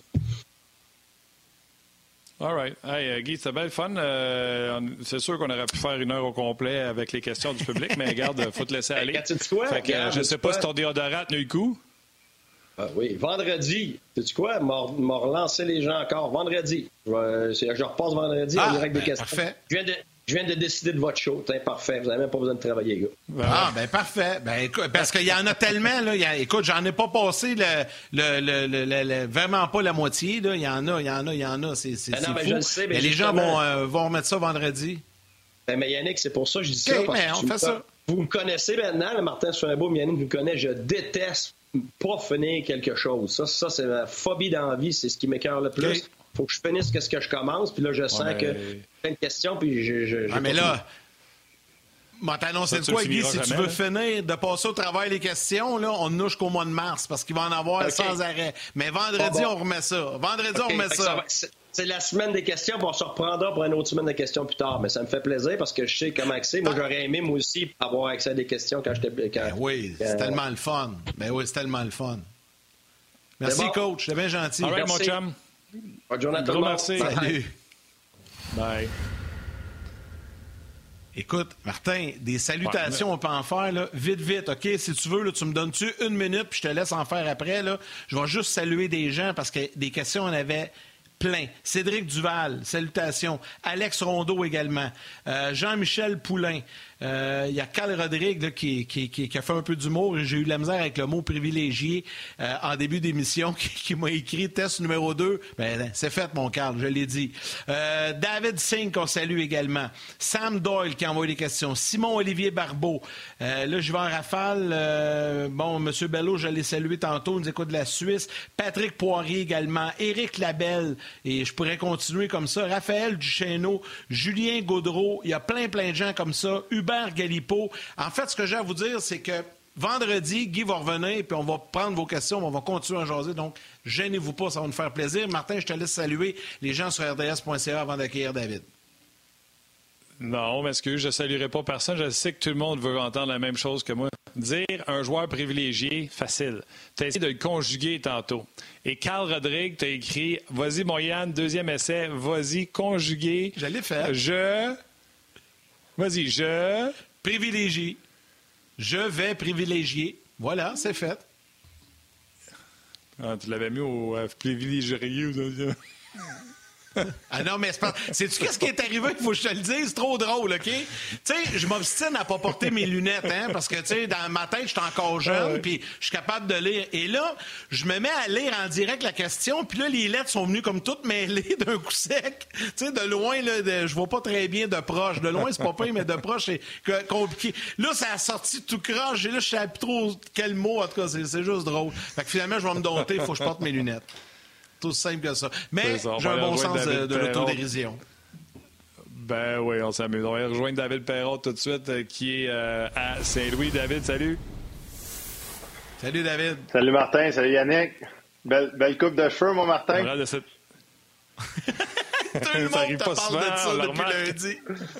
All right. Hey, Guy, c'était bien le fun. Euh, c'est sûr qu'on aurait pu faire une heure au complet avec les questions du public, mais regarde, il faut te laisser aller. Fait que, regarde, je ne sais pas quoi? si ton déodorant a tenu le coup. Ah, oui, vendredi. Sais-tu quoi? M'a relancé les gens encore. Vendredi. Je, je repasse vendredi ah, en direct ben, des questions. Parfait. Je viens de... Je viens de décider de votre show. C'est parfait. Vous n'avez même pas besoin de travailler, gars. Ben, ah, ben parfait. Ben, écoute, parce qu'il y en a tellement. Là, y a, écoute, j'en ai pas passé le, le, le, le, le, le, vraiment pas la moitié. Là. Il y en a, il y en a, il y en a. C'est, c'est, ben non, c'est ben, fou. Je le sais, mais mais les gens vont, euh, vont remettre ça vendredi. Ben, mais Yannick, c'est pour ça que je dis okay, ça. Parce mais que on fait ça. Vous me connaissez maintenant, Martin Soinbeau, Yannick me connaît. Je déteste pas finir quelque chose. Ça, ça c'est ma phobie dans la vie. C'est ce qui m'écoeure le plus. Okay. Faut que je finisse ce que je commence, puis là, je sens ouais, que plein de questions, puis je... je ah, mais là, moi, t'annoncer de quoi, Guy, si tu veux finir de passer au travers les questions, là, on ne nouche qu'au mois de mars, parce qu'il va en avoir okay. sans arrêt. Mais vendredi, bon, bon. on remet ça. Vendredi, okay. on remet ça. ça va, c'est, c'est la semaine des questions, puis on se reprendra pour une autre semaine de questions plus tard. Mais ça me fait plaisir, parce que je sais comment c'est. Moi, j'aurais aimé, moi aussi, avoir accès à des questions quand j'étais... Quand, ben oui, quand, c'est tellement le fun. Ben oui, c'est tellement le fun. Merci, bon. coach. C'était bien gentil. All right, merci. mon chum. Bonne journée à tout le monde. Merci. Salut. Bye. Écoute, Martin, des salutations, ouais, on peut en faire, là, vite, vite, OK? Si tu veux, là, tu me donnes-tu une minute, puis je te laisse en faire après, là. Je vais juste saluer des gens, parce que des questions, on avait plein. Cédric Duval, salutations. Alex Rondeau également. Euh, Jean-Michel Poulain. Il euh, y a Carl Rodrigue là, qui, qui, qui, qui a fait un peu d'humour. J'ai eu de la misère avec le mot privilégié euh, en début d'émission qui, qui m'a écrit test numéro deux. Ben, c'est fait, mon Carl, je l'ai dit. Euh, David Singh, qu'on salue également. Sam Doyle qui envoie des questions. Simon-Olivier Barbeau. Euh, là, je vais en rafale. Euh, bon, M. Bello, je l'ai salué tantôt. Il nous écoute de la Suisse. Patrick Poirier également. Éric Labelle. Et je pourrais continuer comme ça. Raphaël Duchesneau. Julien Gaudreau. Il y a plein, plein de gens comme ça. Hubert Galipo. En fait, ce que j'ai à vous dire, c'est que vendredi, Guy va revenir, puis on va prendre vos questions, on va continuer à jaser. Donc, gênez-vous pas, ça va nous faire plaisir. Martin, je te laisse saluer les gens sur R D S point C A avant d'accueillir David. Non, m'excuse, je ne saluerai pas personne. Je sais que tout le monde veut entendre la même chose que moi. Dire un joueur privilégié, facile. Tu as essayé de le conjuguer tantôt. Et Carl Rodrigue t'a écrit « Vas-y, mon Yann, deuxième essai, vas-y, conjuguer. » J'allais faire. Je... Vas-y, je... Privilégié. Je vais privilégier. Voilà, c'est fait. Ah, tu l'avais mis au euh, privilégié. Ah non, mais c'est pas... Sais-tu qu'est-ce qui est arrivé? Il faut que je te le dise. C'est trop drôle, OK? Tu sais, je m'obstine à pas porter mes lunettes, hein, parce que, tu sais, dans ma tête, je suis encore jeune, puis je suis capable de lire. Et là, je me mets à lire en direct la question, puis là, les lettres sont venues comme toutes mêlées d'un coup sec. Tu sais, de loin, là, de... je vois pas très bien de proche. De loin, c'est pas pire, mais de proche, c'est compliqué. Là, ça a sorti tout croche, et là, je sais plus trop quel mot, en tout cas, c'est, c'est juste drôle. Fait que finalement, je vais me dompter, il faut que je porte mes lunettes. Tout aussi simple que ça. Mais j'ai un bon sens de, de l'autodérision. Ben oui, on s'amuse. On va rejoindre David Perron tout de suite, euh, qui est euh, à Saint-Louis. David, salut. Salut, David. Salut, Martin. Salut, Yannick. Belle, belle coupe de cheveux, mon Martin. De cette... Tout le monde te parle souvent, de ça depuis lundi.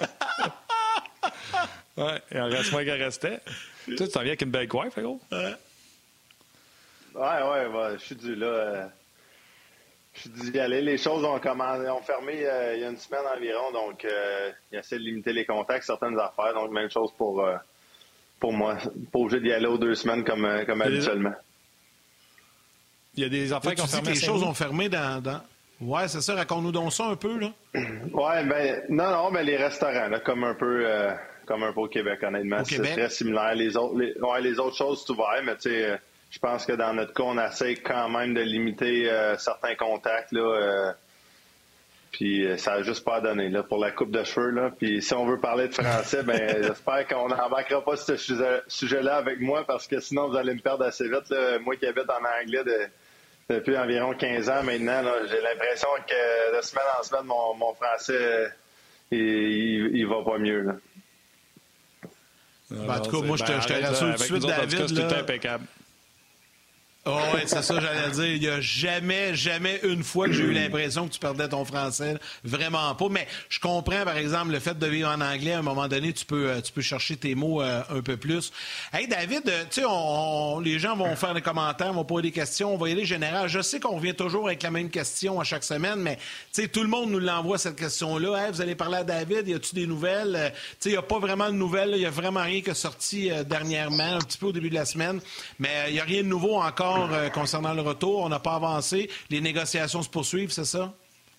Ouais, il en reste moins qu'il restait. Toi, tu t'en viens avec une belle coiffe, gros? Ouais. Ouais, ouais, ouais, je suis dû là. Euh, je suis dû y aller. Les choses ont, commandé, ont fermé euh, il y a une semaine environ, donc euh, il essaie de limiter les contacts, certaines affaires. Donc, même chose pour, euh, pour moi. Pas obligé d'y aller aux deux semaines comme, euh, comme habituellement. Il y a des affaires qui ont fermé. Les choses ont fermé dans. dans... Ouais, c'est ça. Raconte-nous donc ça un peu, là. Ouais, ben, non, non, mais les restaurants, là, comme un peu. Euh, comme un peu au Québec, honnêtement. Au c'est Québec? Très similaire. Les autres, les, ouais, les autres choses, c'est ouvert, mais tu sais. Euh, Je pense que dans notre cas, on essaie quand même de limiter euh, certains contacts. Là, euh, puis euh, ça n'a juste pas donné là, pour la coupe de cheveux. Là. Puis si on veut parler de français, ben j'espère qu'on n'embarquera pas ce sujet, sujet-là avec moi parce que sinon vous allez me perdre assez vite. Là. Moi qui habite en anglais de, depuis environ quinze ans maintenant, là, j'ai l'impression que de semaine en semaine, mon, mon français, il, il, il va pas mieux. Là. Non, en tout cas, moi, je te, ben, je te rassure tout de suite, David. Cas, c'est tout impeccable. Oh oui, c'est ça, j'allais dire. Il n'y a jamais, jamais une fois que j'ai eu l'impression que tu perdais ton français. Vraiment pas. Mais je comprends, par exemple, le fait de vivre en anglais, à un moment donné, tu peux, tu peux chercher tes mots euh, un peu plus. Hey, David, tu sais, on, on, les gens vont faire des commentaires, vont poser des questions, on va y aller général. Je sais qu'on revient toujours avec la même question à chaque semaine, mais tu sais, tout le monde nous l'envoie, cette question-là. Hey, vous allez parler à David, y a-tu des nouvelles? Euh, tu sais, il n'y a pas vraiment de nouvelles. Il n'y a vraiment rien qui est sorti euh, dernièrement, un petit peu au début de la semaine. Mais il euh, n'y a rien de nouveau encore. Euh, concernant le retour, on n'a pas avancé. Les négociations se poursuivent, c'est ça?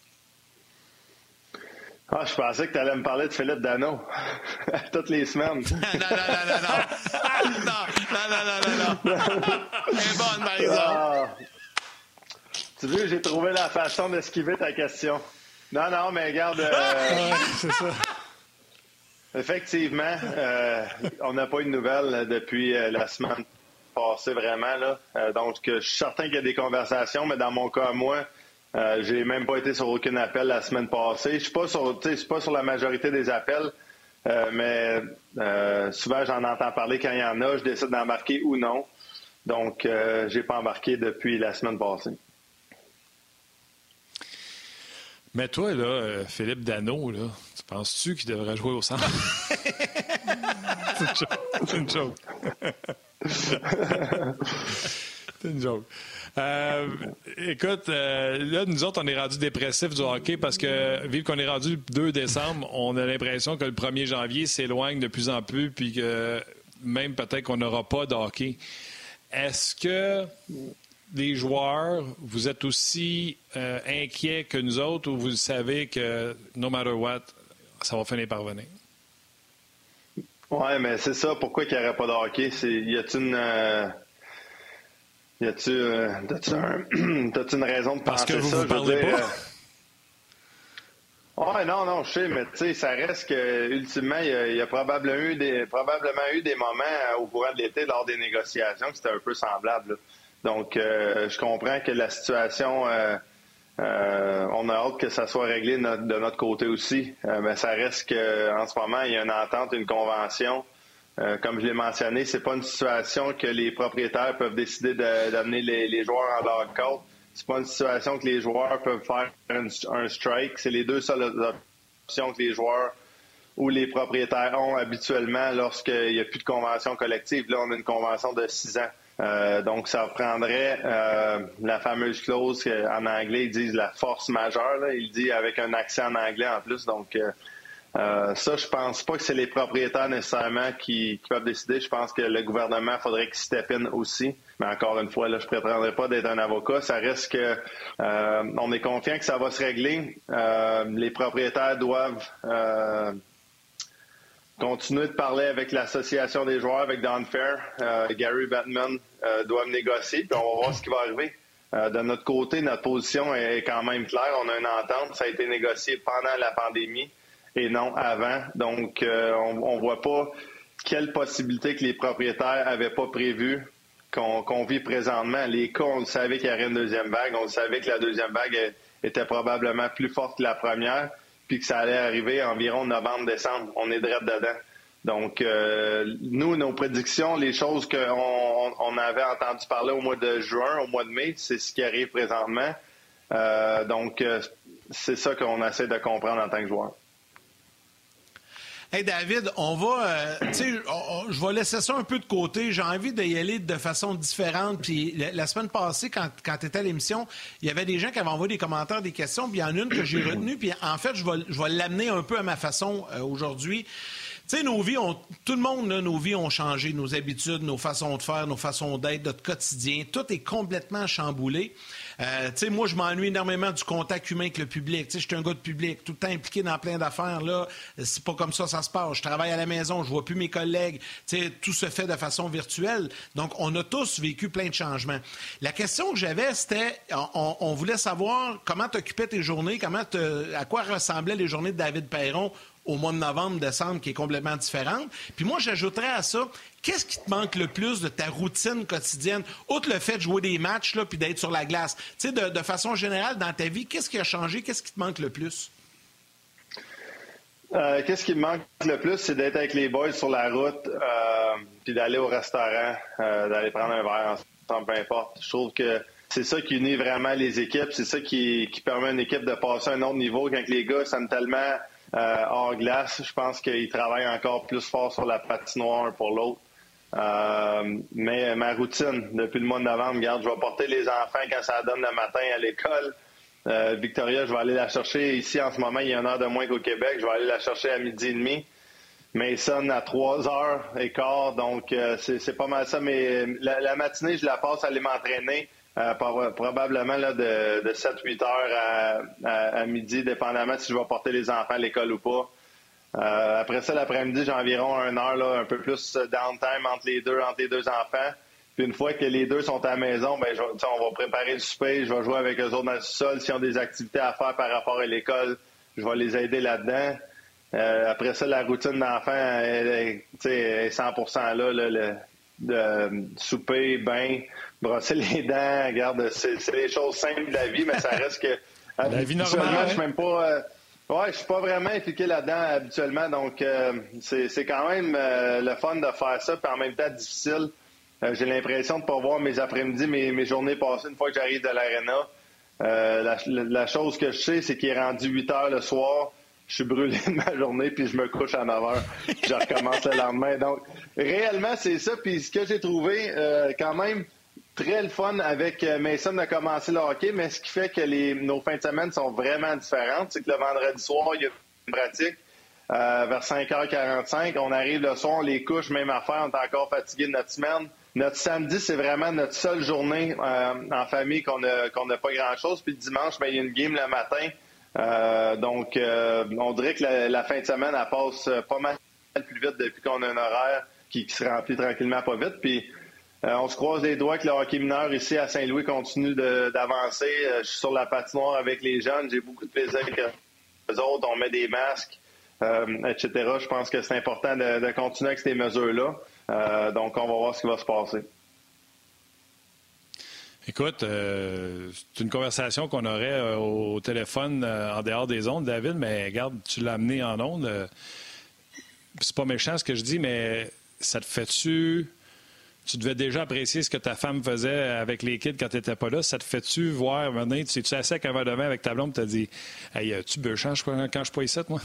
Ah, je pensais que tu allais me parler de Philippe Danault. Toutes les semaines. non, non, non, non, non. non, non, non, non, non, non. Elle est bonne, par exemple. Ah. Tu veux, j'ai trouvé la façon d'esquiver ta question. Non, non, mais regarde... Euh... c'est ça. Effectivement, euh, on n'a pas eu de nouvelles depuis euh, la semaine passé vraiment là. Euh, donc je suis certain qu'il y a des conversations, mais dans mon cas moi, euh, j'ai même pas été sur aucun appel la semaine passée. Je suis pas sur, tu sais, je suis pas sur la majorité des appels, euh, mais euh, souvent j'en entends parler quand il y en a, je décide d'embarquer ou non. Donc euh, j'ai pas embarqué depuis la semaine passée. Mais toi là, euh, Philippe Danault là, tu penses-tu qu'il devrait jouer au centre? C'est une joke. C'est une joke. C'est une joke. Euh, écoute, euh, là, nous autres, on est rendus dépressifs du hockey parce que, vu qu'on est rendu le deux décembre, on a l'impression que le premier janvier s'éloigne de plus en plus, puis que même peut-être qu'on n'aura pas de hockey. Est-ce que les joueurs, vous êtes aussi euh, inquiets que nous autres, ou vous savez que, no matter what, ça va finir par venir? Oui, mais c'est ça. Pourquoi il n'y aurait pas de hockey? C'est, y a-t-il une... Euh... Y a-tu, euh, t'as-tu, un, t'as-tu une raison de Parce penser que vous ça? vous parlez dire, pas? Euh... Ouais, non, non, je sais, mais tu sais, ça reste que ultimement, il y a, y a probablement eu des, probablement eu des moments euh, au courant de l'été lors des négociations que c'était un peu semblable. Là. Donc, euh, je comprends que la situation, euh, euh, on a hâte que ça soit réglé no- de notre côté aussi, euh, mais ça reste qu'en ce moment, il y a une entente, une convention. Euh, comme je l'ai mentionné, c'est pas une situation que les propriétaires peuvent décider de, d'amener les, les joueurs en lockout. C'est pas une situation que les joueurs peuvent faire un, un strike. C'est les deux seules options que les joueurs ou les propriétaires ont habituellement lorsqu'il n'y a plus de convention collective. Là, on a une convention de six ans. Euh, donc, ça prendrait euh, la fameuse clause en anglais, ils disent la force majeure. Là. Il dit avec un accent en anglais en plus. Donc, euh, Euh, ça, je pense pas que c'est les propriétaires nécessairement qui, qui peuvent décider. Je pense que le gouvernement faudrait qu'il step in aussi. Mais encore une fois, là, je prétendrai pas d'être un avocat. Ça reste que euh, on est confiant que ça va se régler. Euh, les propriétaires doivent euh, continuer de parler avec l'association des joueurs, avec Don Fair. Euh, Gary Bettman euh, doivent négocier, puis on va voir ce qui va arriver. Euh, de notre côté, notre position est quand même claire. On a une entente. Ça a été négocié pendant la pandémie et non avant. Donc, euh, on ne voit pas quelle possibilité que les propriétaires n'avaient pas prévu qu'on, qu'on vit présentement. Les cas, on le savait qu'il y aurait une deuxième vague. On le savait que la deuxième vague était probablement plus forte que la première, puis que ça allait arriver environ novembre-décembre. On est direct dedans. Donc, euh, nous, nos prédictions, les choses qu'on on avait entendu parler au mois de juin, au mois de mai, c'est ce qui arrive présentement. Euh, donc, euh, c'est ça qu'on essaie de comprendre en tant que joueur. Hey David, on va, euh, tu sais, je vais laisser ça un peu de côté. J'ai envie d'y aller de façon différente. Puis la, la semaine passée, quand, quand tu étais à l'émission, il y avait des gens qui avaient envoyé des commentaires, des questions. Puis il y en a une que j'ai retenue. Puis en fait, je vais, je vais l'amener un peu à ma façon euh, aujourd'hui. Tu sais, nos vies ont, tout le monde, là, nos vies ont changé, nos habitudes, nos façons de faire, nos façons d'être, notre quotidien. Tout est complètement chamboulé. Euh, tu sais, moi, je m'ennuie énormément du contact humain avec le public. Tu sais, je suis un gars de public, tout le temps impliqué dans plein d'affaires. Là, c'est pas comme ça, ça se passe. Je travaille à la maison, je vois plus mes collègues. Tu sais, tout se fait de façon virtuelle. Donc, on a tous vécu plein de changements. La question que j'avais, c'était, on, on voulait savoir comment t'occupais tes journées, comment te, à quoi ressemblaient les journées de David Perron au mois de novembre, décembre, qui est complètement différente. Puis moi, j'ajouterais à ça, qu'est-ce qui te manque le plus de ta routine quotidienne, outre le fait de jouer des matchs là, puis d'être sur la glace? Tu sais, de, de façon générale, dans ta vie, qu'est-ce qui a changé? Qu'est-ce qui te manque le plus? Euh, qu'est-ce qui me manque le plus, c'est d'être avec les boys sur la route, euh, puis d'aller au restaurant, euh, d'aller prendre un verre ensemble, peu importe. Je trouve que c'est ça qui unit vraiment les équipes. C'est ça qui, qui permet à une équipe de passer à un autre niveau quand les gars s'aiment tellement euh, hors glace. Je pense qu'ils travaillent encore plus fort sur la patinoire un pour l'autre. Euh, mais ma routine, depuis le mois de novembre, regarde, je vais porter les enfants quand ça donne le matin à l'école. Euh, Victoria, je vais aller la chercher. Ici, en ce moment, il y a une heure de moins qu'au Québec. Je vais aller la chercher à midi et demi. Mason à trois heures et quart. Donc, euh, c'est, c'est pas mal ça. Mais la, la matinée, je la passe à aller m'entraîner. Euh, par, probablement là, de, de sept huit heures à, à, à midi, dépendamment si je vais porter les enfants à l'école ou pas. Euh, après ça, l'après-midi, j'ai environ une heure, là, un peu plus downtime entre les deux, entre les deux enfants. Puis une fois que les deux sont à la maison, ben, je, on va préparer le souper, je vais jouer avec eux autres dans le sol. S'ils ont des activités à faire par rapport à l'école, je vais les aider là-dedans. Euh, après ça, la routine d'enfant, elle, elle est cent pour cent là, là le, de souper, bain, brosser les dents. Regarde, c'est, c'est des choses simples de la vie, mais ça reste que... La vie normale. Je suis même pas... Euh, ouais, je suis pas vraiment impliqué là-dedans habituellement, donc euh, c'est, c'est quand même euh, le fun de faire ça, puis en même temps difficile. Euh, j'ai l'impression de ne pas voir mes après-midi, mes, mes journées passées une fois que j'arrive de l'aréna. Euh, la, la chose que je sais, c'est qu'il est rendu huit heures le soir. Je suis brûlé de ma journée, puis je me couche à neuf heures. Je recommence le lendemain. Donc, réellement, c'est ça. Puis ce que j'ai trouvé, euh, quand même, très le fun avec Mason de commencer le hockey, mais ce qui fait que les, nos fins de semaine sont vraiment différentes, c'est que le vendredi soir, il y a une pratique euh, vers cinq heures quarante-cinq. On arrive le soir, on les couche, même affaire, on est encore fatigué de notre semaine. Notre samedi, c'est vraiment notre seule journée euh, en famille qu'on n'a qu'on n'a pas grand-chose. Puis le dimanche, ben, il y a une game le matin. Euh, donc, euh, on dirait que la, la fin de semaine, elle passe pas mal plus vite depuis qu'on a un horaire qui, qui se remplit tranquillement pas vite. Puis Euh, on se croise les doigts que le hockey mineur ici à Saint-Louis continue de, d'avancer. Euh, je suis sur la patinoire avec les jeunes. J'ai beaucoup de plaisir avec eux autres. On met des masques, euh, et cetera. Je pense que c'est important de, de continuer avec ces mesures-là. Euh, donc, on va voir ce qui va se passer. Écoute, euh, c'est une conversation qu'on aurait euh, au téléphone euh, en dehors des ondes, David, mais regarde, tu l'as amené en ondes. Euh, c'est pas méchant ce que je dis, mais ça te fait-tu... Tu devais déjà apprécier ce que ta femme faisait avec les kids quand tu n'étais pas là. Ça te fait-tu voir, maintenant, tu es-tu assis avec un verre de vin avec ta blonde et tu t'as dit « Hey, tu veux change quand je suis pas ici, moi? »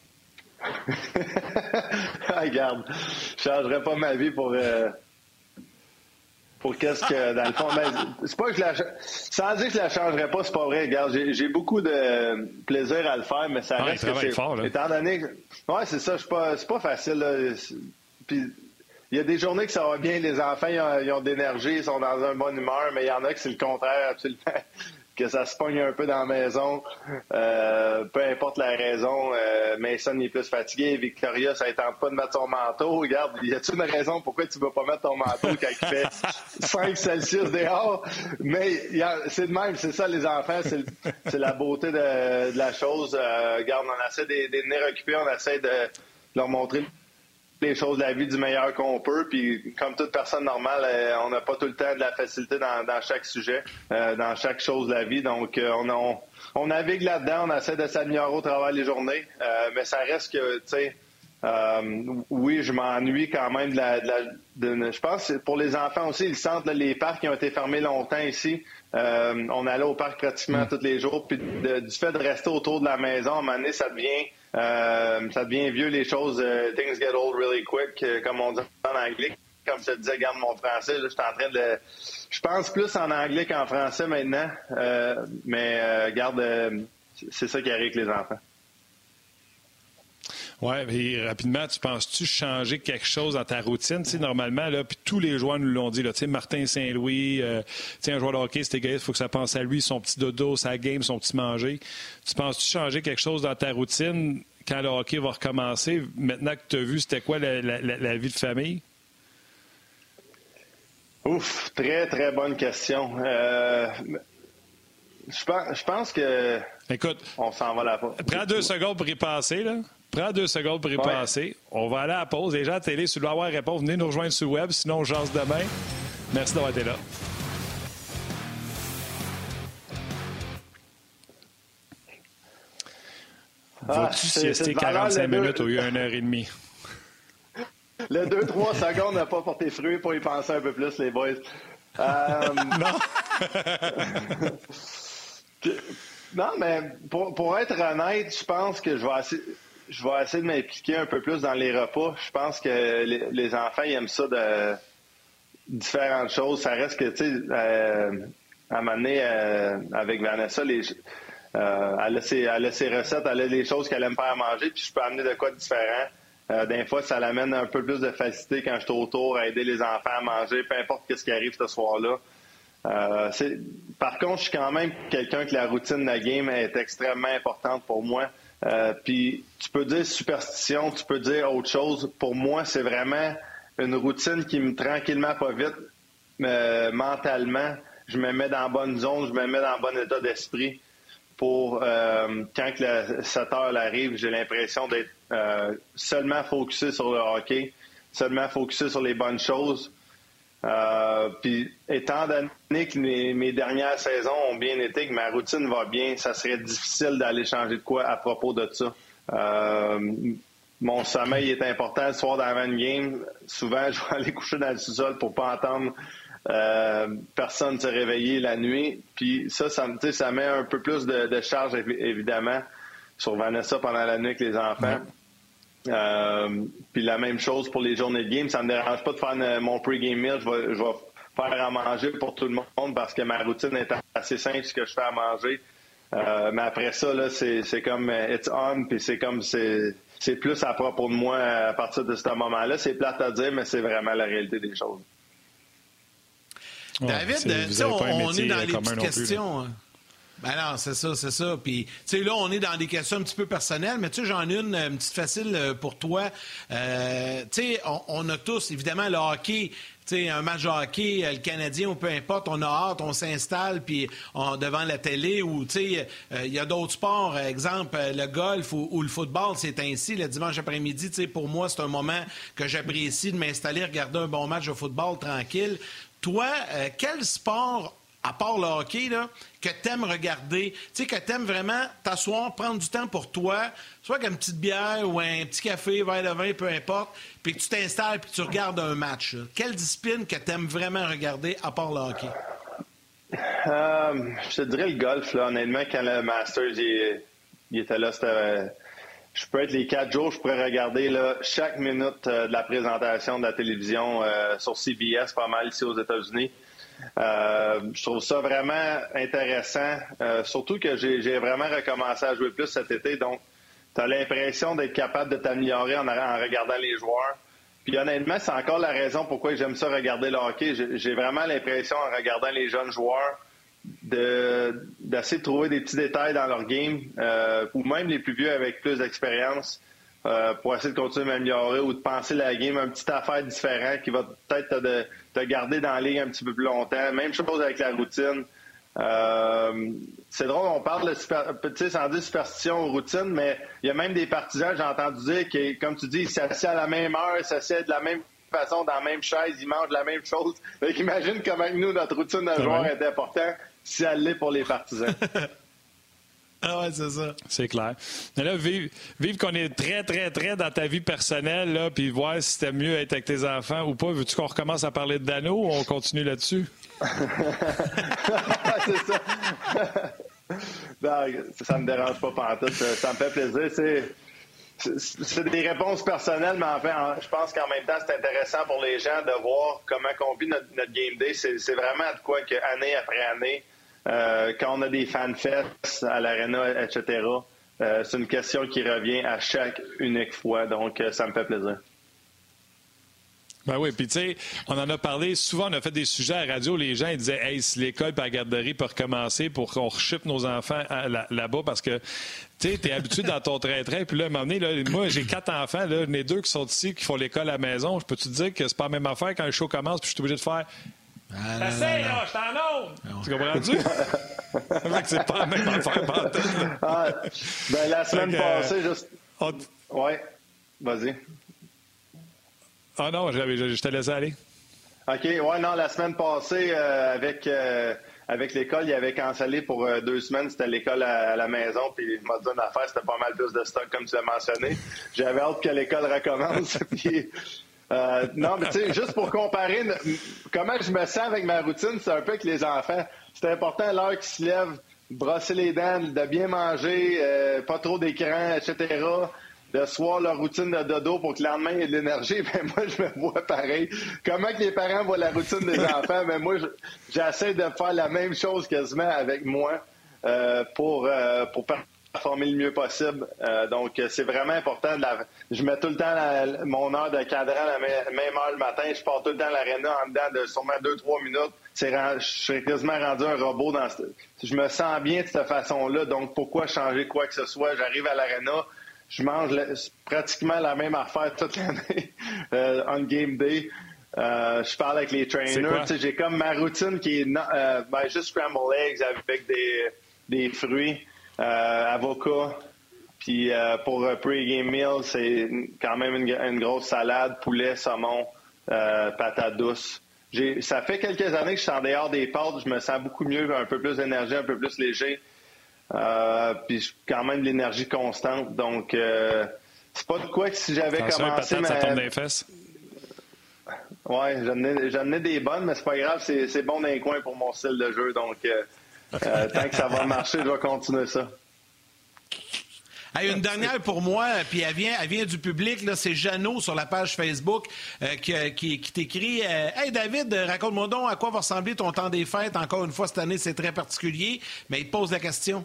Regarde, je ne changerais pas ma vie pour... Euh... Pour qu'est-ce que, dans le fond, ben, c'est pas que je la, sans dire que je la changerais pas, c'est pas vrai. Regarde, j'ai, j'ai beaucoup de plaisir à le faire, mais ça ah, reste que c'est, fort, là. Étant donné que, ouais, c'est ça, c'est pas, c'est pas facile, là. Puis, il y a des journées que ça va bien, les enfants, ils ont, ils ont de l'énergie, ils sont dans une bonne humeur, mais il y en a que c'est le contraire, absolument. Que ça se pogne un peu dans la maison. Euh, peu importe la raison, euh, Mason est plus fatigué. Victoria, ça ne tente pas de mettre son manteau. Regarde, y a-t-il une raison pourquoi tu ne veux pas mettre ton manteau quand il fait cinq Celsius dehors? Mais y a, c'est de même, c'est ça les enfants, c'est, c'est la beauté de, de la chose. Euh, regarde, on essaie de les tenir occupés, on essaie de leur montrer les choses de la vie du meilleur qu'on peut. Puis, comme toute personne normale, euh, on n'a pas tout le temps de la facilité dans, dans chaque sujet, euh, dans chaque chose de la vie. Donc, euh, on, on, on navigue là-dedans, on essaie de s'améliorer au travers des journées. Euh, mais ça reste que, tu sais, euh, oui, je m'ennuie quand même de la... De la de, je pense que pour les enfants aussi, ils sentent là, les parcs qui ont été fermés longtemps ici. Euh, on allait au parc pratiquement mmh. tous les jours. Puis, de, du fait de rester autour de la maison, à un moment donné, ça devient... Euh, ça devient vieux, les choses. Uh, things get old really quick, uh, comme on dit en anglais. Comme je te disais, garde mon français, là, je suis en train de... Je pense plus en anglais qu'en français maintenant, euh, mais euh, garde, euh, c'est ça qui arrive avec les enfants. Oui, et rapidement, tu penses-tu changer quelque chose dans ta routine? Tu sais, normalement, là, puis tous les joueurs nous l'ont dit, là, tu sais, Martin Saint-Louis, euh, tu sais, un joueur de hockey, c'est égoïste, il faut que ça pense à lui, son petit dodo, sa game, son petit manger. Tu penses-tu changer quelque chose dans ta routine quand le hockey va recommencer? Maintenant que tu as vu, c'était quoi la, la, la, la vie de famille? Ouf, très, très bonne question. Euh, je, pense, je pense que... Écoute, on s'en va là-bas. Prends deux secondes pour y passer, là. Prends deux secondes pour y ouais. passer. On va aller à la pause. Les gens à la télé, si vous voulez avoir réponse, venez nous rejoindre sur le web. Sinon, on jase demain. Merci d'avoir été là. Ah, Vas-tu siester quarante-cinq minutes au lieu d'une heure et demie? Le deux trois secondes n'a pas porté fruit pour y penser un peu plus, les boys. Euh... non! non, mais pour, pour être honnête, je pense que je vais essayer... Je vais essayer de m'impliquer un peu plus dans les repas. Je pense que les, les enfants, ils aiment ça de différentes choses. Ça reste que, tu sais, euh, à un moment donné, euh, avec Vanessa, les, euh, elle, a ses, elle a ses recettes, elle a les choses qu'elle aime faire manger, puis je peux amener de quoi de différent. Euh, des fois, ça l'amène un peu plus de facilité quand je suis autour à aider les enfants à manger, peu importe ce qui arrive ce soir-là. Euh, c'est... Par contre, je suis quand même quelqu'un que la routine de la game est extrêmement importante pour moi. Euh, puis tu peux dire superstition, tu peux dire autre chose. Pour moi, c'est vraiment une routine qui me tranquillement, pas vite, euh, mentalement, je me mets dans la bonne zone, je me mets dans le bon état d'esprit pour euh, quand que la, cette heure arrive, j'ai l'impression d'être euh, seulement focusé sur le hockey, seulement focusé sur les bonnes choses. Euh, puis étant donné que mes, mes dernières saisons ont bien été, que ma routine va bien, ça serait difficile d'aller changer de quoi à propos de ça. Euh, mon sommeil est important le soir d'avant une game. Souvent, je vais aller coucher dans le sous-sol pour pas entendre euh, personne se réveiller la nuit. Puis ça, ça, ça met un peu plus de, de charge, évidemment, sur Vanessa pendant la nuit avec les enfants. Euh, puis la même chose pour les journées de game. Ça me dérange pas de faire une, mon pre-game meal. Je vais, je vais faire à manger pour tout le monde parce que ma routine est assez simple, ce que je fais à manger. Euh, mais après ça, là, c'est, c'est comme uh, it's on, puis c'est comme c'est, c'est plus à propos de moi à partir de ce moment-là. C'est plate à dire, mais c'est vraiment la réalité des choses. Ouais, David, tu sais, on, on est dans les petites questions. Plus, ben non, c'est ça, c'est ça. Puis, tu sais, là, on est dans des questions un petit peu personnelles, mais tu sais, j'en ai une, une petite facile pour toi. Euh, tu sais, on, on a tous, évidemment, le hockey. Tu sais, un match de hockey, le Canadien ou peu importe, on a hâte, on s'installe puis on, devant la télé ou, tu sais, il euh, y a d'autres sports, exemple, le golf ou, ou le football, c'est ainsi. Le dimanche après-midi, tu sais, pour moi, c'est un moment que j'apprécie de m'installer, regarder un bon match de football tranquille. Toi, euh, quel sport, à part le hockey, là, que t'aimes regarder, tu sais, que t'aimes vraiment t'asseoir, prendre du temps pour toi, soit qu'une petite bière ou un petit café, verre de vin, peu importe, puis que tu t'installes puis que tu regardes un match. Là. Quelle discipline que t'aimes vraiment regarder, à part le hockey? Euh, je te dirais le golf, là. Honnêtement, quand le Masters il, il était là, c'était... Je peux être les quatre jours, je pourrais regarder là, chaque minute euh, de la présentation de la télévision euh, sur C B S, pas mal ici aux États-Unis. Euh, je trouve ça vraiment intéressant, euh, surtout que j'ai, j'ai vraiment recommencé à jouer plus cet été, donc tu as l'impression d'être capable de t'améliorer en, en regardant les joueurs. Puis honnêtement, c'est encore la raison pourquoi j'aime ça regarder le hockey. J'ai, j'ai vraiment l'impression en regardant les jeunes joueurs de, d'essayer de trouver des petits détails dans leur game, euh, ou même les plus vieux avec plus d'expérience, euh, pour essayer de continuer à m'améliorer ou de penser la game, une petite affaire différente qui va peut-être te, de, te garder dans la ligue un petit peu plus longtemps. Même chose avec la routine. Euh, c'est drôle, on parle de super, sans dire superstition ou routine, mais il y a même des partisans, j'ai entendu dire, que, comme tu dis, ils s'assiedent à la même heure, ils s'assiedent de la même façon, dans la même chaise, ils mangent la même chose. Fait qu'imagine comment nous, notre routine de joueur est importante si elle l'est pour les partisans. Ah ouais, c'est ça. C'est clair. Mais là, vive, vive qu'on est très, très, très dans ta vie personnelle, là, puis voir si c'était mieux être avec tes enfants ou pas. Veux-tu qu'on recommence à parler de Dano ou on continue là-dessus? C'est ça. Non, ça me dérange pas pantoute. Ça, ça me fait plaisir. C'est, c'est, c'est des réponses personnelles, mais enfin, je pense qu'en même temps, c'est intéressant pour les gens de voir comment on vit notre, notre game day. C'est, c'est vraiment de quoi que année après année, Euh, quand on a des fanfests à l'Arena, et cetera, euh, c'est une question qui revient à chaque unique fois. Donc, euh, ça me fait plaisir. Ben oui, puis tu sais, on en a parlé, souvent on a fait des sujets à la radio, les gens ils disaient « Hey, si l'école et la garderie peuvent recommencer pour qu'on rechippe nos enfants à, là, là-bas » parce que tu sais, t'es habitué dans ton train-train, puis là, à un moment donné, là, moi j'ai quatre enfants, là, les deux qui sont ici, qui font l'école à la maison, je peux-tu te dire que c'est pas la même affaire quand le show commence, puis je suis obligé de faire Ah, « Essaye, là, je t'en onde! » Tu comprends-tu? Fait que c'est pas la même affaire, pas ah, ben, la semaine que, passée, juste... On... Ouais, vas-y. Ah non, je, je, je te laissais aller. OK, ouais, non, la semaine passée, euh, avec euh, avec l'école, il avait cancellé pour euh, deux semaines, c'était l'école à, à la maison, puis il m'a dit une affaire, c'était pas mal plus de stock, comme tu l'as mentionné. J'avais hâte que l'école recommence, puis... Euh, non, mais tu sais, juste pour comparer comment je me sens avec ma routine, c'est un peu avec les enfants. C'est important, l'heure qu'ils se lèvent, brosser les dents, de bien manger, euh, pas trop d'écran, et cetera. De soir, leur routine de dodo pour que le lendemain, il y ait de l'énergie. Ben moi, je me vois pareil. Comment que les parents voient la routine des enfants? Ben moi, je, j'essaie de faire la même chose quasiment avec moi euh, pour, euh, pour performer le mieux possible. Euh, donc, c'est vraiment important. De la... Je mets tout le temps la... mon heure de cadran à la même heure le matin. Je pars tout le temps à l'aréna en dedans de sûrement deux trois minutes. C'est rend... Je suis quasiment rendu un robot. Dans ce... Je me sens bien de cette façon-là. Donc, pourquoi changer quoi que ce soit? J'arrive à l'aréna. Je mange le, pratiquement la même affaire toute l'année euh, on game day. Euh, je parle avec les trainers. J'ai comme ma routine qui est euh, ben, juste scrambled eggs avec des, des fruits, euh, avocats. Puis euh, pour un pre-game meal, c'est quand même une, une grosse salade, poulet, saumon, euh, patates douces. J'ai, ça fait quelques années que je suis en dehors des pâtes. Je me sens beaucoup mieux, un peu plus d'énergie, un peu plus léger. Euh, puis quand même de l'énergie constante, donc euh, c'est pas de quoi que si j'avais Attention, commencé patate, ma... ça tombe dans les fesses. Ouais, j'en ai, j'en ai des bonnes, mais c'est pas grave, c'est, c'est bon dans les coins pour mon style de jeu, donc euh, euh, tant que ça va marcher, je vais continuer ça. Hey, une dernière pour moi, puis elle vient, elle vient du public, là, c'est Jeannot sur la page Facebook euh, qui, qui, qui t'écrit euh, « Hey David, raconte-moi donc à quoi va ressembler ton temps des fêtes. Encore une fois, cette année, c'est très particulier. » Mais il te pose la question.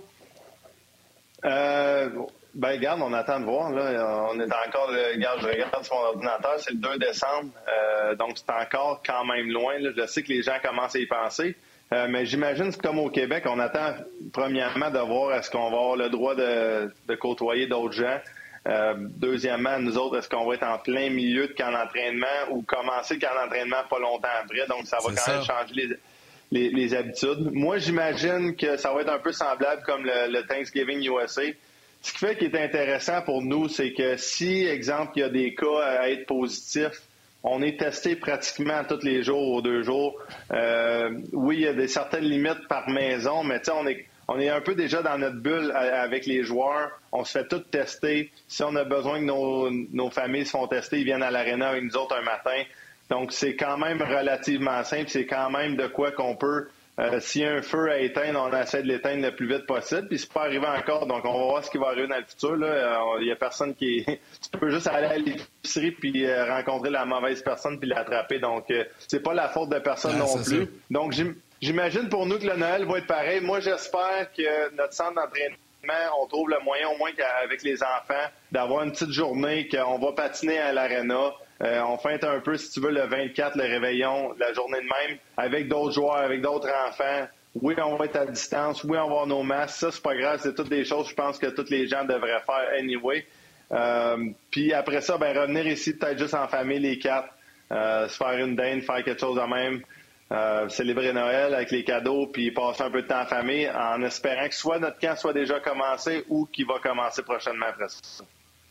Euh, ben, regarde, on attend de voir. Là. On est encore, regarde, je regarde sur mon ordinateur, c'est le deux décembre. Euh, donc, c'est encore quand même loin. Là. Je sais que les gens commencent à y penser. Euh, mais j'imagine que comme au Québec, on attend premièrement de voir est-ce qu'on va avoir le droit de, de côtoyer d'autres gens. Euh, deuxièmement, nous autres, est-ce qu'on va être en plein milieu de camp d'entraînement ou commencer le camp d'entraînement pas longtemps après? Donc, ça va c'est quand ça. même changer les, les, les habitudes. Moi, j'imagine que ça va être un peu semblable comme le, le Thanksgiving U S A. Ce qui fait qu'il est intéressant pour nous, c'est que si, exemple, il y a des cas à être positifs, on est testé pratiquement tous les jours ou deux jours. Euh, oui, il y a des certaines limites par maison, mais tu sais, on est, on est un peu déjà dans notre bulle avec les joueurs. On se fait tout tester. Si on a besoin que nos, nos familles se font tester, ils viennent à l'aréna avec nous autres un matin. Donc, c'est quand même relativement simple. C'est quand même de quoi qu'on peut... Euh, s'il y a un feu à éteindre, on essaie de l'éteindre le plus vite possible. Puis c'est pas arrivé encore, donc on va voir ce qui va arriver dans le futur. Là. Il y a personne qui... Tu peux juste aller à l'épicerie puis euh, rencontrer la mauvaise personne puis l'attraper. Donc, euh, c'est pas la faute de personne ah, non plus. Ça. Donc, j'im... j'imagine pour nous que le Noël va être pareil. Moi, j'espère que notre centre d'entraînement, on trouve le moyen, au moins avec les enfants, d'avoir une petite journée, qu'on va patiner à l'aréna. Euh, on fête un peu, si tu veux, le vingt-quatre, le réveillon, la journée de même, avec d'autres joueurs, avec d'autres enfants. Oui, on va être à distance. Oui, on va avoir nos masques. Ça, c'est pas grave. C'est toutes des choses, je pense, que tous les gens devraient faire anyway. Euh, puis après ça, ben revenir ici, peut-être juste en famille, les quatre. Euh, se faire une dinde, faire quelque chose de même. Euh, célébrer Noël avec les cadeaux, puis passer un peu de temps en famille, en espérant que soit notre camp soit déjà commencé ou qu'il va commencer prochainement après ça.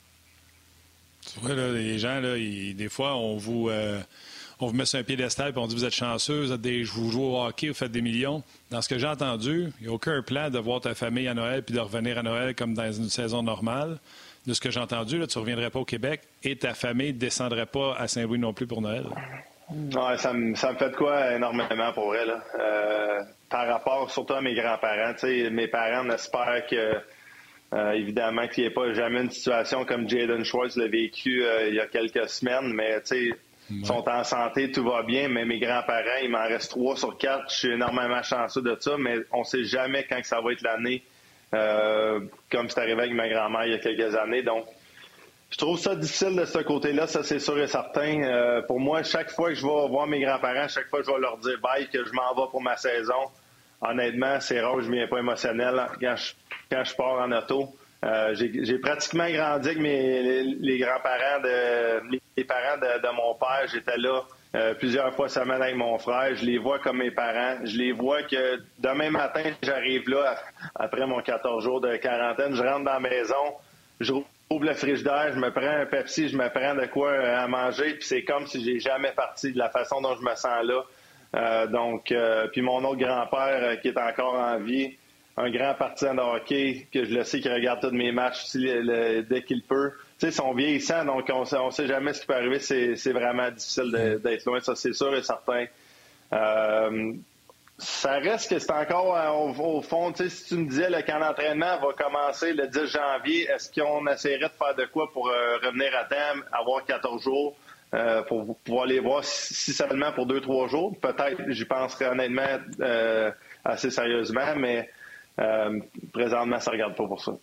Tu vois, là, les gens, là, ils, des fois, on vous, euh, on vous met sur un piédestal et on dit vous êtes chanceux, vous, êtes des, vous jouez au hockey, vous faites des millions. Dans ce que j'ai entendu, il n'y a aucun plan de voir ta famille à Noël puis de revenir à Noël comme dans une saison normale. De ce que j'ai entendu, là, tu ne reviendrais pas au Québec et ta famille ne descendrait pas à Saint-Louis non plus pour Noël. Ouais, ça me, ça me fait de quoi énormément pour vrai. Là. Euh, par rapport surtout à mes grands-parents. Mes parents n'espèrent que... Euh, évidemment qu'il n'y ait pas jamais une situation comme Jaden Schwartz l'a vécu euh, il y a quelques semaines, mais tu sais, ils sont en santé, tout va bien, mais mes grands-parents, il m'en reste trois sur quatre. Je suis énormément chanceux de ça, mais on ne sait jamais quand que ça va être l'année, euh, comme c'est arrivé avec ma grand-mère il y a quelques années. Donc, je trouve ça difficile de ce côté-là, ça c'est sûr et certain. Euh, pour moi, chaque fois que je vais voir mes grands-parents, chaque fois que je vais leur dire bye, que je m'en vais pour ma saison, honnêtement, c'est rare que je ne viens pas émotionnel quand je, quand je pars en auto. Euh, j'ai, j'ai pratiquement grandi avec mes, les, les grands-parents, de, les parents de, de mon père. J'étais là euh, plusieurs fois semaine avec mon frère. Je les vois comme mes parents. Je les vois que demain matin, j'arrive là, après mon quatorze jours de quarantaine, je rentre dans la maison, je ouvre le frigidaire, je me prends un Pepsi, je me prends de quoi à manger, puis c'est comme si j'ai jamais parti de la façon dont je me sens là. Euh, donc, euh, puis mon autre grand-père euh, qui est encore en vie, un grand partisan de hockey, que je le sais qu'il regarde tous mes matchs aussi, le, le, dès qu'il peut. Tu sais, ils sont vieillissants, donc on ne sait jamais ce qui peut arriver. C'est, c'est vraiment difficile de, d'être loin, ça c'est sûr et certain. Euh, ça reste que c'est encore au, au fond, tu sais, si tu me disais le camp d'entraînement va commencer le dix janvier, est-ce qu'on essaierait de faire de quoi pour euh, revenir à terme, avoir quatorze jours? Euh, pour pouvoir les voir si seulement pour deux, trois jours. Peut-être, j'y penserais honnêtement euh, assez sérieusement, mais euh, présentement, ça ne regarde pas pour ça.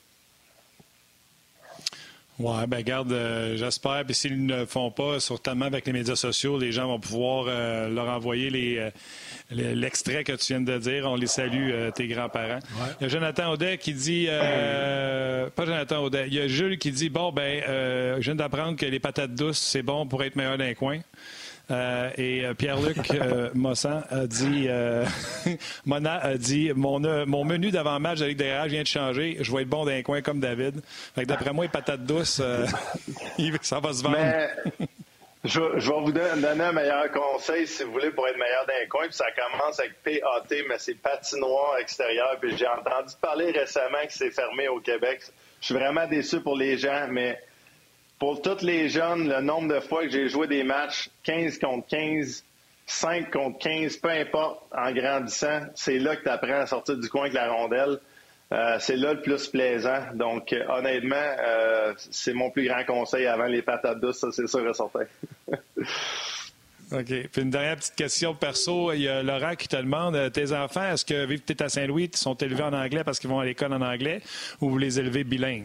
Oui, bien, garde, euh, j'espère. Puis s'ils ne le font pas, certainement avec les médias sociaux, les gens vont pouvoir euh, leur envoyer les, euh, les, l'extrait que tu viens de dire. On les salue, euh, tes grands-parents. Ouais. Il y a Jonathan Audet qui dit... Euh, pas Jonathan Audet. Il y a Jules qui dit, bon, ben, euh, je viens d'apprendre que les patates douces, c'est bon pour être meilleur d'un coin. Euh, et euh, Pierre-Luc euh, Mossan a dit, euh, Mona a dit, mon, euh, mon menu d'avant-match de la Ligue des Rage vient de changer. Je vais être bon d'un coin comme David. Fait que d'après moi, les patates douces, euh, ça va se vendre. Mais, je, je vais vous donner un meilleur conseil, si vous voulez, pour être meilleur d'un coin. Puis ça commence avec P A T, mais c'est patinoire extérieur. Puis j'ai entendu parler récemment que c'est fermé au Québec. Je suis vraiment déçu pour les gens, mais pour tous les jeunes, le nombre de fois que j'ai joué des matchs quinze contre quinze, cinq contre quinze, peu importe, en grandissant, c'est là que tu apprends à sortir du coin avec la rondelle. euh, c'est là le plus plaisant. Donc, euh, honnêtement, euh, c'est mon plus grand conseil avant les patates douces, ça, c'est sûr et certain. OK. Puis une dernière petite question perso. Il y a Laurent qui te demande, tes enfants, est-ce que, vu que tu es à Saint-Louis, sont élevés en anglais parce qu'ils vont à l'école en anglais ou vous les élevez bilingues?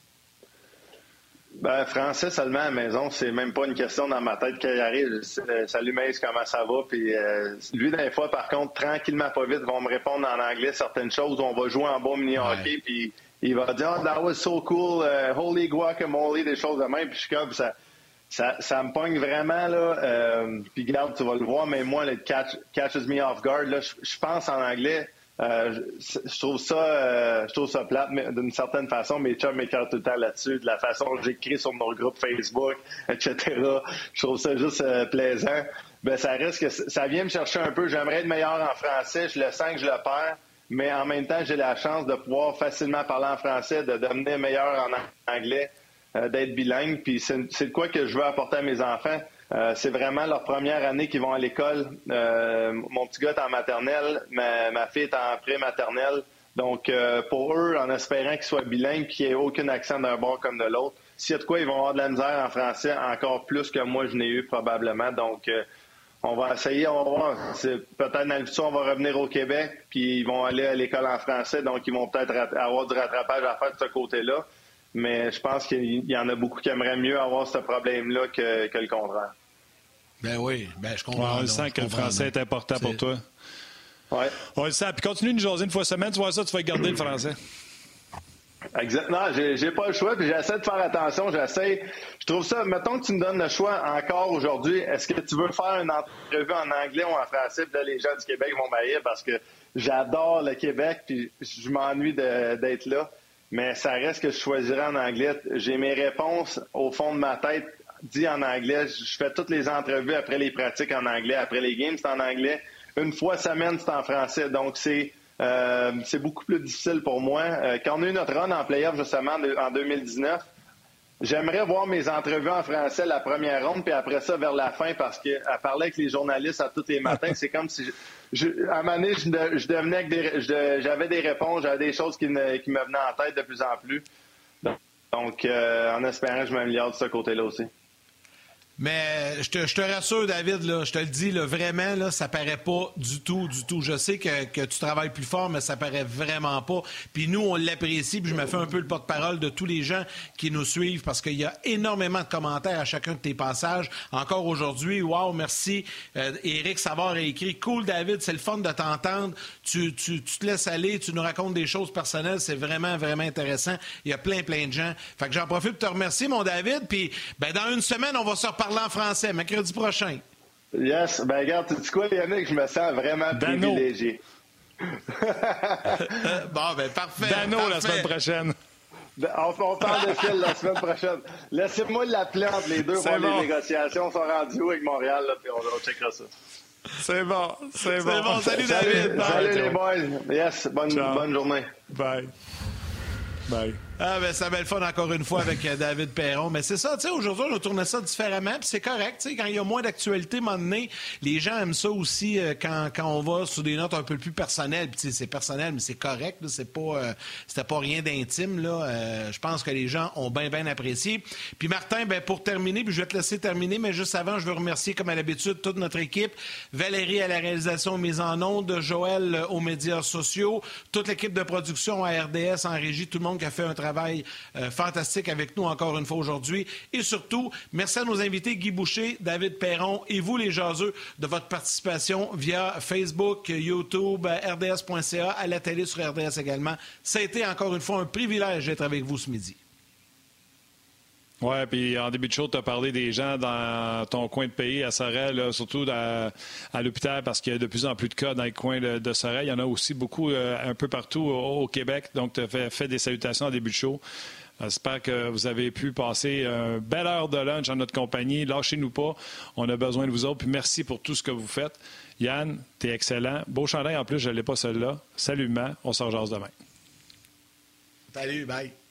Ben, français seulement à la maison, c'est même pas une question dans ma tête qu'il arrive. Salut Maïs, comment ça va? Puis euh, lui, des fois, par contre, tranquillement, pas vite, vont me répondre en anglais certaines choses. On va jouer en bon mini-hockey, ouais. Puis il va dire oh, « That was so cool, uh, holy guacamole », des choses de même. Puis je suis comme ça. Ça, ça me pogne vraiment, là. Euh, puis regarde, tu vas le voir, mais moi, le catch, catches me off guard, là, je, je pense en anglais. Euh, je, je trouve ça euh, je trouve ça plate, mais d'une certaine façon, mes chums m'écœurent tout le temps là-dessus, de la façon que j'écris sur mon groupe Facebook, et cetera. Je trouve ça juste euh, plaisant. Ben, ça risque que ça vient me chercher un peu. J'aimerais être meilleur en français, je le sens que je le perds, mais en même temps, j'ai la chance de pouvoir facilement parler en français, de devenir meilleur en anglais, euh, d'être bilingue. Puis c'est, c'est de quoi que je veux apporter à mes enfants. Euh, c'est vraiment leur première année qu'ils vont à l'école. Euh, mon petit gars est en maternelle, ma, ma fille est en pré-maternelle. Donc, euh, pour eux, en espérant qu'ils soient bilingues, qu'il n'y ait aucun accent d'un bord comme de l'autre, s'il y a de quoi, ils vont avoir de la misère en français encore plus que moi, je n'ai eu probablement. Donc, euh, on va essayer, on va voir. C'est, peut-être dans le futur, on va revenir au Québec, puis ils vont aller à l'école en français, donc ils vont peut-être rat- avoir du rattrapage à faire de ce côté-là. Mais je pense qu'il y en a beaucoup qui aimeraient mieux avoir ce problème-là que, que le contraire. Ben oui, ben je comprends. Ouais, on le sent que le français donc. Est important c'est... pour toi. Oui. On le sent. Puis continue de jaser une fois semaine, tu vois ça, tu vas garder le français. Exact. Non, j'ai, j'ai pas le choix, puis j'essaie de faire attention. J'essaie. Je trouve ça. Mettons que tu me donnes le choix encore aujourd'hui. Est-ce que tu veux faire une entrevue en anglais ou en français? Puis là, les gens du Québec vont m'haïr parce que j'adore le Québec, puis je m'ennuie de, d'être là. Mais ça reste que je choisirais en anglais. J'ai mes réponses au fond de ma tête dit en anglais. Je fais toutes les entrevues après les pratiques en anglais. Après les games, c'est en anglais. Une fois semaine, c'est en français. Donc, c'est euh, c'est beaucoup plus difficile pour moi. Euh, quand on a eu notre run en play-off, justement, en deux mille dix-neuf, j'aimerais voir mes entrevues en français la première ronde, puis après ça, vers la fin, parce qu'à parler avec les journalistes à tous les matins, c'est comme si... Je, je, à un moment donné, je, je devenais avec des, je, j'avais des réponses, j'avais des choses qui, ne, qui me venaient en tête de plus en plus. Donc, euh, en espérant que je m'améliore de ce côté-là aussi. Mais je te, je te rassure, David, là, je te le dis, là, vraiment, là, ça paraît pas du tout, du tout. Je sais que, que tu travailles plus fort, mais ça paraît vraiment pas. Puis nous, on l'apprécie, puis je me fais un peu le porte-parole de tous les gens qui nous suivent parce qu'il y a énormément de commentaires à chacun de tes passages. Encore aujourd'hui, wow, merci. Euh, Éric Savard a écrit « Cool, David, c'est le fun de t'entendre. Tu, tu, tu te laisses aller, tu nous racontes des choses personnelles. C'est vraiment, vraiment intéressant. Il y a plein, plein de gens. Fait que j'en profite pour te remercier, mon David. Puis ben, dans une semaine, on va se reparler en français, mercredi prochain. Yes. Ben, regarde, tu dis quoi, Yannick? Je me sens vraiment Dano. privilégié. Bon, ben, parfait. Dano, parfait. la semaine prochaine. On, on parle de Phil la semaine prochaine. Laissez-moi l'appeler entre les deux, c'est voir bon. les négociations sont rendues où avec Montréal, là, puis on, on checkera ça. C'est bon, c'est, c'est bon. bon. Salut, salut David. Salut, Bye. les boys. Yes, bonne, bonne journée. Bye. Bye. Ah ben ça va le fun encore une fois avec David Perron. Mais c'est ça, tu sais, aujourd'hui, on a tourné ça différemment, puis c'est correct, tu sais, quand il y a moins d'actualité, à un moment donné, les gens aiment ça aussi euh, quand, quand on va sur des notes un peu plus personnelles. Puis tu sais, c'est personnel, mais c'est correct, là, c'est pas, euh, c'était pas rien d'intime, là. Euh, je pense que les gens ont bien, bien apprécié. Puis Martin, ben pour terminer, puis je vais te laisser terminer, mais juste avant, je veux remercier, comme à l'habitude, toute notre équipe. Valérie à la réalisation mise en ondes, Joël aux médias sociaux, toute l'équipe de production à R D S en régie, tout le monde qui a fait un travail travail euh, fantastique avec nous encore une fois aujourd'hui. Et surtout, merci à nos invités Guy Boucher, David Perron et vous les jaseux de votre participation via Facebook, YouTube, R D S point C A, à la télé sur R D S également. Ça a été encore une fois un privilège d'être avec vous ce midi. Oui, puis en début de show, tu as parlé des gens dans ton coin de pays, à Sorel, là, surtout dans, à l'hôpital, parce qu'il y a de plus en plus de cas dans le coin de, de Sorel. Il y en a aussi beaucoup euh, un peu partout au, au Québec. Donc, tu as fait, fait des salutations en début de show. J'espère que vous avez pu passer une belle heure de lunch en notre compagnie. Lâchez-nous pas. On a besoin de vous autres. Puis merci pour tout ce que vous faites. Yann, tu es excellent. Beau chandail en plus, je ne l'ai pas celui-là. Salutement. On se rejase demain. Salut, bye.